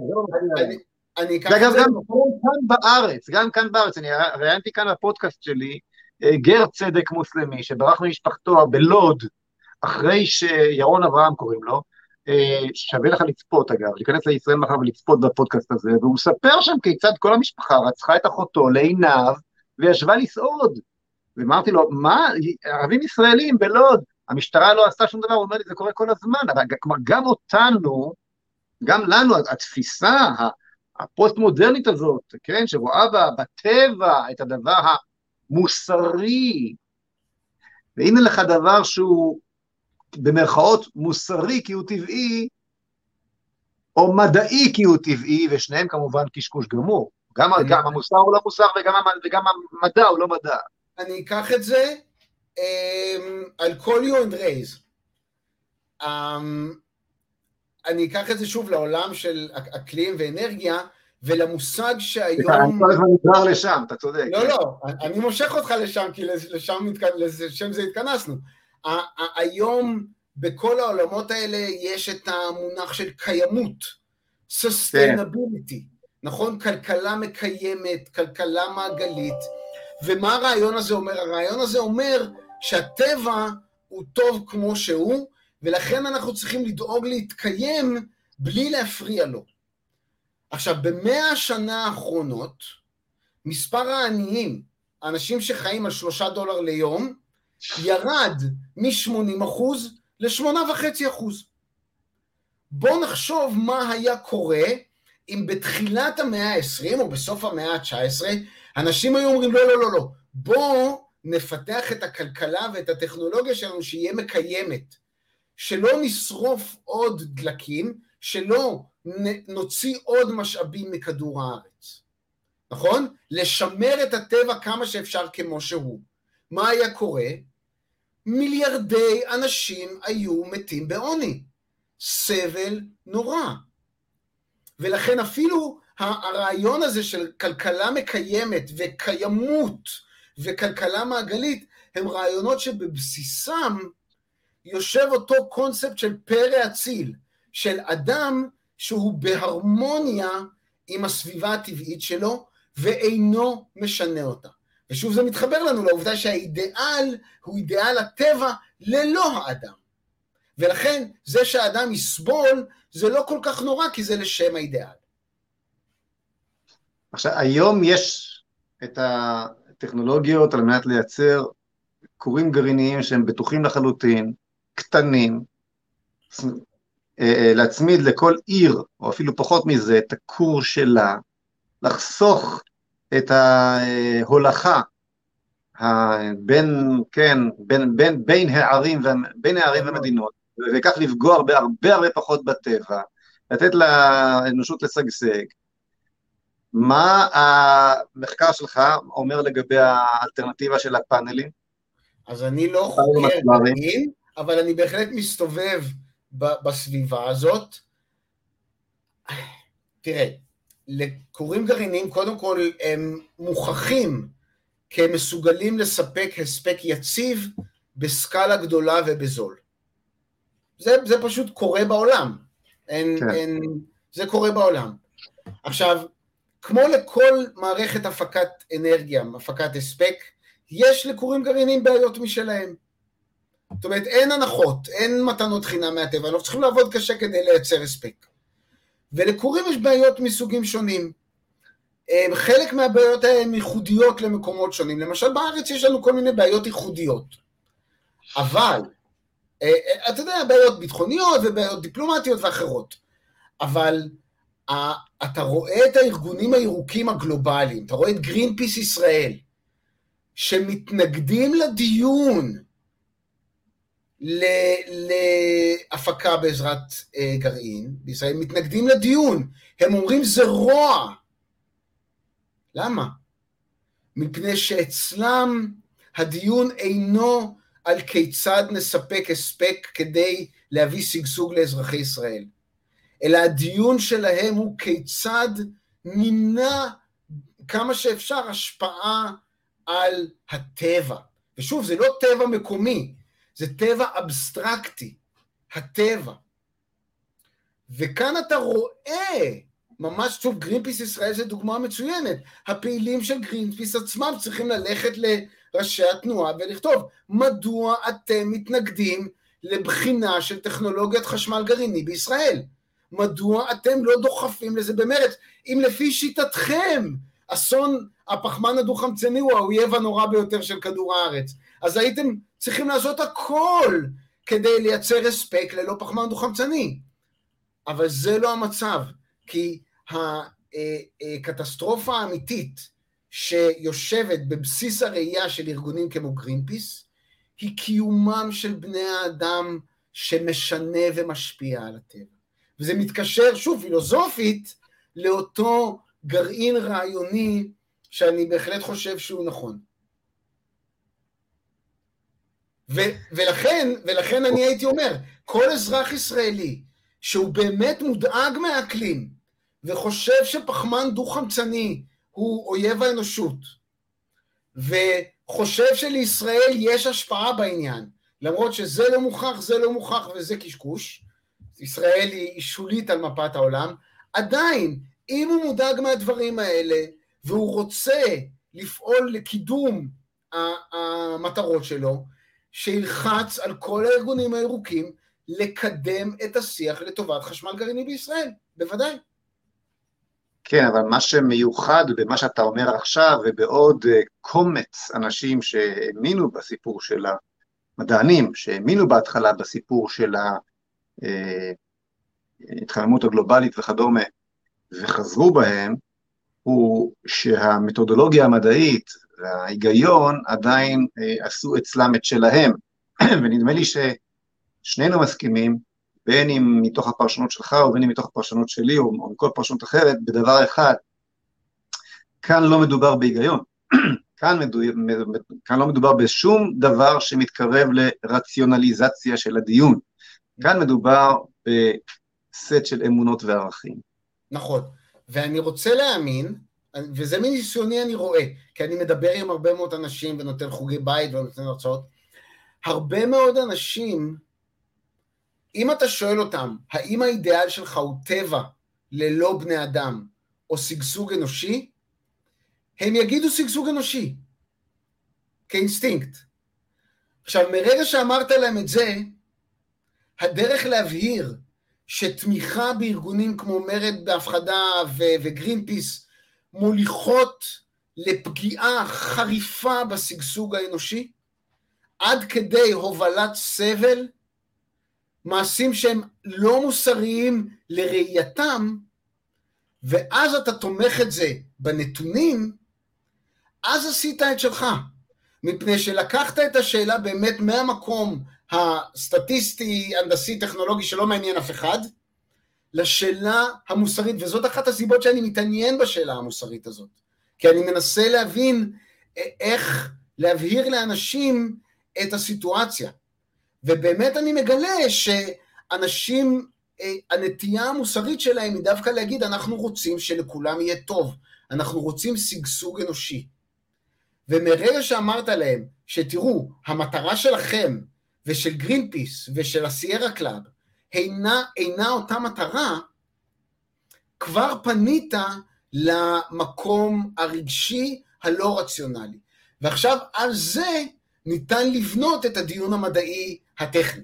גם כאן בארץ, אני ראיינתי כאן בפודקאסט שלי, גר צדק מוסלמי, שברח ממשפחתו בלוד, אחרי שירון אברהם קוראים לו, שווה לך לצפות אגב, להיכנס לישראל מחר ולצפות בפודקאסט הזה, והוא מספר שם כיצד כל המשפחה רצחה את אחותו לעיניו, וישבה לסעוד, ואמרתי לו, מה, ערבים ישראלים בלוד, המשטרה לא עשתה שום דבר, הוא אומר לי, זה קורה כל הזמן, אבל גם אותנו, גם לנו, התפיסה הפוסט-מודרנית הזאת, כן, שרואה בטבע את הדבר המוסרי, והנה לך דבר שהוא במרכאות מוסרי כי הוא טבעי, או מדעי כי הוא טבעי, ושניהם כמובן קשקוש גמור, גם המוסר הוא לא מוסר, וגם המדע הוא לא מדע. אני אקח את זה, I'll call you and raise. אני אקח את זה שוב לעולם של אקלים ואנרגיה, ולמושג שהיום... אני כל הזמן נגרר לשם, אתה צודק. לא, אני מושך אותך לשם, כי לשם זה התכנסנו. היום בכל העולמות האלה יש את המונח של קיימות, sustainability, נכון? כלכלה מקיימת, כלכלה מעגלית, ומה הרעיון הזה אומר? הרעיון הזה אומר שהטבע הוא טוב כמו שהוא, ולכן אנחנו צריכים לדאוג להתקיים בלי להפריע לו. עכשיו, ב100 השנה האחרונות, מספר העניים, האנשים שחיים על $3 ליום, ירד מ-80% ל8.5%. בואו נחשוב מה היה קורה אם בתחילת המאה ה-20 או בסוף המאה ה-19, אנשים היו אומרים, לא, לא, לא, לא, בואו נפתח את הכלכלה ואת הטכנולוגיה שלנו שיהיה מקיימת, שלא נשרוף עוד דלקים, שלא נוציא עוד משאבים מכדור הארץ, נכון? לשמר את הטבע כמה שאפשר כמו שהוא. מה היה קורה? מיליארדי אנשים היו מתים בעוני, סבל נורא. ולכן אפילו הרעיון הזה של כלכלה מקיימת וקיימות וכלכלה מעגלית, הם רעיונות שבבסיסם יושב אותו קונספט של פרא אציל, של אדם שהוא בהרמוניה עם הסביבה הטבעית שלו, ואינו משנה אותה. ושוב זה מתחבר לנו לעובדה שהאידיאל הוא אידיאל הטבע ללא האדם. ולכן זה שהאדם יסבול זה לא כל כך נורא, כי זה לשם האידיאל. עכשיו, היום יש את הטכנולוגיות על מנת לייצר כורים גרעיניים שהם בטוחים לחלוטין, קטנים, להצמיד לכל עיר, או אפילו פחות מזה, את הכור שלה, לחסוך את ההולכה בין הערים והמדינות, וכך לפגוע הרבה פחות בטבע, לתת לאנושות לשגשג. מה המחקר שלך אומר לגבי האלטרנטיבה של הפאנלים? אז אני לא חוקר גרעין, אבל אני בהחלט מסתובב בסביבה הזאת. תראה, לכורים גרעיניים, קודם כל, הם מוכחים כמסוגלים לספק הספק יציב בסקאלה גדולה ובזול. זה פשוט קורה בעולם. זה קורה בעולם. עכשיו, כמו לכל מערכת הפקת אנרגיה, הפקת הספק, יש לכורים גרעיניים בעיות משלהם. זאת אומרת, אין הנחות, אין מתנות חינם מהטבע, אנחנו צריכים לעבוד קשה כדי לייצר הספק. ולכורים יש בעיות מסוגים שונים. חלק מהבעיות האלה הן ייחודיות למקומות שונים. למשל, בארץ יש לנו כל מיני בעיות ייחודיות. אבל, אתה יודע, בעיות ביטחוניות ובעיות דיפלומטיות ואחרות. אבל אתה רואה את הארגונים הירוקים הגלובליים, אתה רואה את גרינפיס ישראל, שמתנגדים לדיון להפקה בעזרת גרעין, בישראל מתנגדים לדיון, הם אומרים זה רוע. למה? מפני שאצלם הדיון אינו על כיצד נספק הספק כדי להביא שגשוג לאזרחי ישראל, אלא הדיון שלהם הוא כיצד נמנע כמה שאפשר השפעה על הטבע. ושוב, זה לא טבע מקומי, זה טבע אבסטרקטי, הטבע. וכאן אתה רואה, ממש שוב, גרינפיס ישראל זה דוגמה מצוינת, הפעילים של גרינפיס עצמם צריכים ללכת לראשי התנועה ולכתוב, מדוע אתם מתנגדים לבחינה של טכנולוגיית חשמל גרעיני בישראל? מדוע אתם לא דוחפים לזה במרץ? אם לפי שיטתכם, אסון הפחמן הדו-חמצני הוא האויב הנורא ביותר של כדור הארץ, אז הייתם צריכים לעשות הכל כדי לייצר הספק ללא פחמן דו-חמצני. אבל זה לא המצב, כי הקטסטרופה האמיתית שיושבת בבסיס הראייה של ארגונים כמו גרינפיס, היא קיומם של בני האדם שמשנה ומשפיע על הטבע. וזה מתקשר, שוב, פילוסופית, לאותו גרעין רעיוני שאני חושב שהוא נכון. ולכן אני הייתי אומר, כל אזרח ישראלי שהוא באמת מודאג מהאקלים, וחושב שפחמן דו-חמצני הוא אויב האנושות, וחושב שלישראל יש השפעה בעניין, למרות שזה לא מוכח וזה קשקוש, ישראל היא שולית על מפת העולם, עדיין, אם הוא מודאג מהדברים האלה, והוא רוצה לפעול לקידום המטרות שלו, שילחץ על כל הארגונים הירוקים, לקדם את השיח לטובת חשמל גרעיני בישראל, בוודאי. כן, אבל מה שמיוחד במה שאתה אומר עכשיו, ובעוד קומץ אנשים שהאמינו בסיפור של המדענים, שהאמינו בהתחלה בסיפור של ההתחממות הגלובלית וכדומה, וחזרו בהם, הוא שהמתודולוגיה המדעית וההיגיון עדיין עשו אצלם את שלהם, ונדמה לי ששנינו מסכימים, בין אם מתוך הפרשנות שלך, או בין אם מתוך הפרשנות שלי, או מכל פרשנות אחרת, בדבר אחד, כאן לא מדובר בהיגיון, כאן לא מדובר בשום דבר שמתקרב לרציונליזציה של הדיון, כאן מדובר בסט של אמונות וערכים. נכון, ואני רוצה להאמין, וזה מניסיוני אני רואה, כי אני מדבר עם הרבה מאוד אנשים, ונותן חוגי בית ונותן הרצאות, הרבה מאוד אנשים, אם אתה שואל אותם, האם האידיאל שלך הוא טבע ללא בני אדם, או סגסוג אנושי, הם יגידו סגסוג אנושי, כאינסטינקט. עכשיו, מרגע שאמרת להם את זה, הדרך להבהיר שתמיכה בארגונים כמו מרד בהפחדה וגרינפיס מוליכות לפגיעה חריפה בסגסוג האנושי, עד כדי הובלת סבל, מעשים שהם לא מוסריים לראייתם, ואז אתה תומך את זה בנתונים, אז עשית את שלך, מפני שלקחת את השאלה באמת מהמקום הסטטיסטי, הנדסי, טכנולוגי, שלא מעניין אף אחד, לשאלה המוסרית, וזאת אחת הסיבות שאני מתעניין בשאלה המוסרית הזאת, כי אני מנסה להבין איך להבהיר לאנשים את הסיטואציה, ובאמת אני מגלה שאנשים, הנטייה המוסרית שלהם היא דווקא להגיד, אנחנו רוצים שלכולם יהיה טוב, אנחנו רוצים סגסוג אנושי, ומרגע שאמרת להם, שתראו, המטרה שלכם, ושל גרינפיס, ושל הסיירה קלאב, אינה אותה מטרה, כבר פנית למקום הרגשי הלא רציונלי. ועכשיו על זה ניתן לבנות את הדיון המדעי הטכני.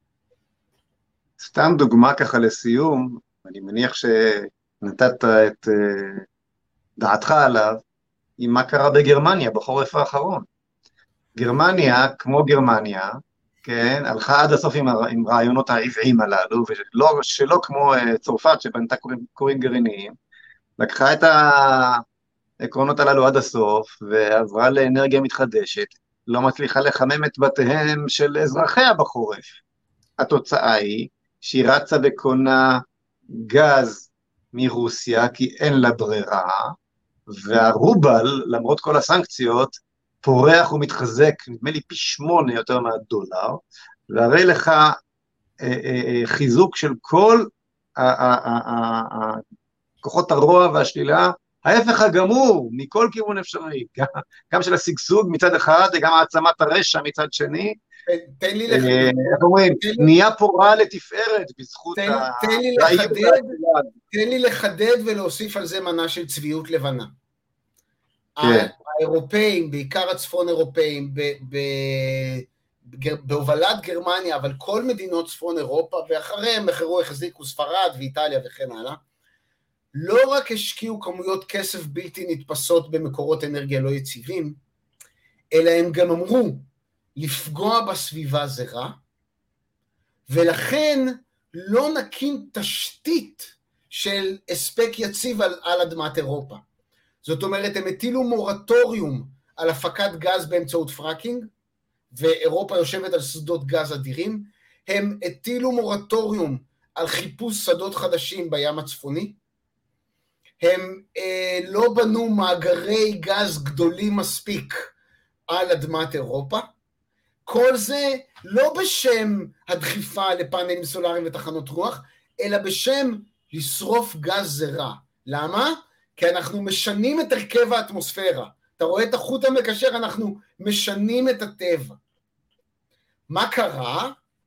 סתם דוגמה ככה לסיום, אני מניח שנתת את דעתך עליו, עם מה קרה בגרמניה בחורף האחרון. גרמניה, כמו גרמניה, כן, הלכה עד הסוף עם רעיונות העבריים הללו, שלא כמו צרפת שבנתה כורים גרעיניים, לקחה את העקרונות הללו עד הסוף, ועברה לאנרגיה מתחדשת, לא מצליחה לחמם את בתיהם של אזרחיה בחורף. התוצאה היא שהיא רצה וקונה גז מרוסיה, כי אין לה ברירה, והרובל, למרות כל הסנקציות, פורח ומתחזק, נדמה לי פי 8 יותר מהדולר, והרי לך חיזוק של כל כוחות הרוע והשלילה, ההפך הגמור מכל כיוון אפשרי, גם של הסגסוג מצד אחד, וגם העצמת הרשע מצד שני, תן לי איך אומרים, נהיה פורה לתפארת בזכות תן לי לחדד ולהוסיף על זה מנה של צביעות לבנה. האירופאים, בעיקר הצפון אירופאים, בהובלת גרמניה, אבל כל מדינות צפון אירופה, ואחריהם החזיקו ספרד ואיטליה וכן הלאה, לא רק השקיעו כמויות כסף בלתי נתפסות במקורות אנרגיה לא יציבים, אלא הם גם אמרו, לפגוע בסביבה זה רע, ולכן לא נקים תשתית של הספק יציב על אדמת אירופה. זאת אומרת, הם הטילו מורטוריום על הפקת גז באמצעות פרקינג, ואירופה יושבת על שדות גז אדירים, הם הטילו מורטוריום על חיפוש שדות חדשים בים הצפוני, הם לא בנו מאגרי גז גדולים מספיק על אדמת אירופה, כל זה לא בשם הדחיפה לפאנלים סולאריים ותחנות רוח, אלא בשם לשרוף גז זה רע. למה? כי אנחנו משנים את הרכב האטמוספירה. אתה רואה את החוט המקשר, אנחנו משנים את הטבע. מה קרה?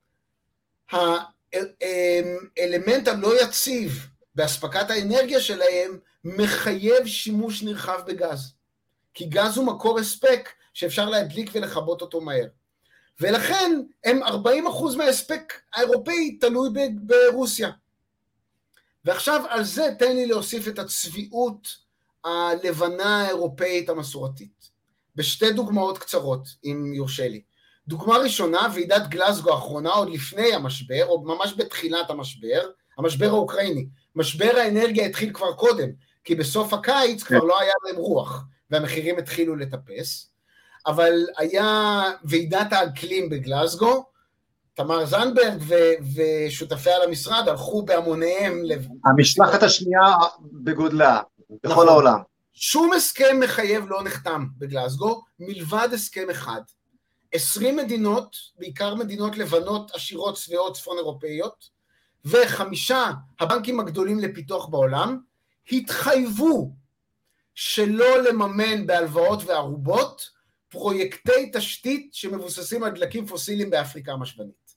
האלמנט הלא יציב בהספקת האנרגיה שלהם מחייב שימוש נרחב בגז. כי גז הוא מקור הספק שאפשר להדליק ולכבות אותו מהר. ולכן הם 40% מההספק האירופאי תלוי ברוסיה. ועכשיו על זה תן לי להוסיף את הצביעות הלבנה האירופאית המסורתית. בשתי דוגמאות קצרות, אם יורשה לי. דוגמה ראשונה, ועידת גלזגו האחרונה, עוד לפני המשבר, או ממש בתחילת המשבר האוקראיני. משבר האנרגיה התחיל כבר קודם, כי בסוף הקיץ כבר לא היה להם רוח, והמחירים התחילו לטפס, אבל היה ועידת האקלים בגלסגו, תמר זנדברג ושותפיה למשרד הלכו בהמוניהם. המשלחת השנייה בגודלה, בכל העולם. שום הסכם מחייב לא נחתם בגלסגו, מלבד הסכם אחד. 20 מדינות, בעיקר מדינות לבנות עשירות צבאיות צפון אירופאיות, ו5 הבנקים הגדולים לפיתוח בעולם, התחייבו שלא לממן בהלוואות וערובות, פרויקטי תשתית שמבוססים על דלקים פוסיליים באפריקה המשבנית.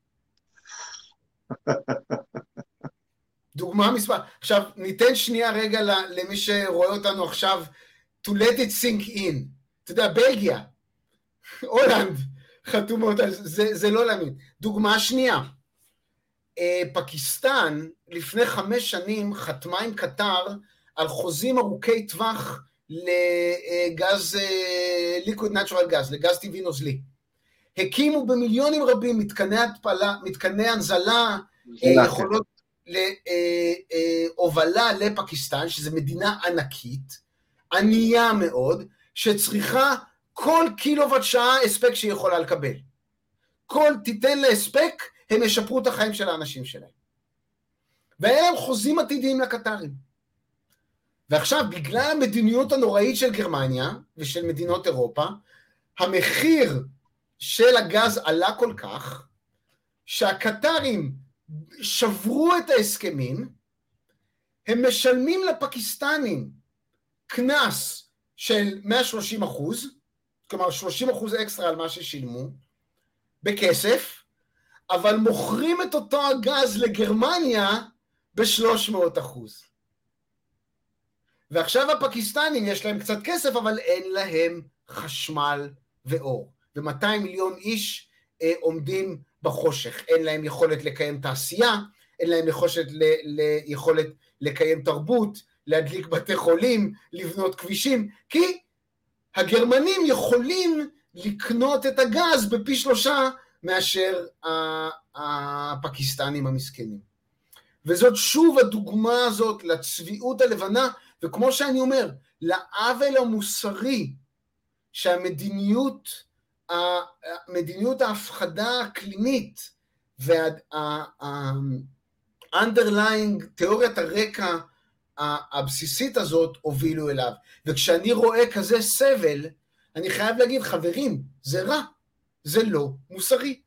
דוגמה מספר. עכשיו, ניתן שנייה רגע למי שרואה אותנו עכשיו, to let it sink in. אתה יודע, בלגיה, הולנד, חתומות על זה לא להאמין. דוגמה שנייה, פקיסטן לפני 5 שנים חתמה עם קטר על חוזים ארוכי טווח לגז, liquid natural gas, לגז טבעי נוזלי. הקימו במיליונים רבים מתקני התפלה, מתקני הנזלה, יכולות להובלה לפקיסטן, שזו מדינה ענקית, ענייה מאוד, שצריכה כל קילוואט שעה הספק שהיא יכולה לקבל. תיתן לה הספק, הם ישפרו את החיים של האנשים שלהם. והיה להם חוזים עתידיים לקטרים. ועכשיו, בגלל המדיניות הנוראית של גרמניה ושל מדינות אירופה, המחיר של הגז עלה כל כך, שהקטרים שברו את ההסכמים, הם משלמים לפקיסטנים קנס של 130%, כלומר 30% אקסטרה על מה ששילמו, בכסף, אבל מוכרים את אותו הגז לגרמניה ב-300%. ועכשיו הפקיסטנים יש להם קצת כסף, אבל אין להם חשמל ואור. ו200 מיליון איש עומדים בחושך. אין להם יכולת לקיים תעשייה, אין להם יכולת לקיים תרבות, להדליק בתי חולים, לבנות כבישים, כי הגרמנים יכולים לקנות את הגז בפי 3 מאשר הפקיסטנים המסכנים. וזאת שוב הדוגמה הזאת לצביעות הלבנה, וכמו שאני אומר, לעוול המוסרי שהמדיניות ההפחדה האקלימית וה-underlying תיאוריית הרקע הבסיסית הזאת הובילו אליו. וכשאני רואה כזה סבל, אני חייב להגיד, חברים, זה רע, זה לא מוסרי.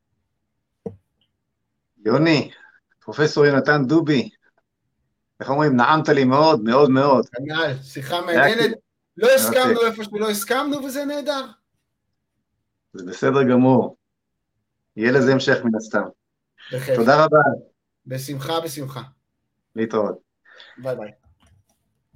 יוני, פרופסור יונתן דובי, איך אומרים, נעמת לי מאוד, מאוד מאוד. כנ"ל, שיחה מעניינת, לא הסכמנו איפה שלא הסכמנו, וזה נהדר. זה בסדר גמור. יהיה לזה המשך מן הסתם. תודה רבה. בשמחה, בשמחה. להתראות. ביי ביי.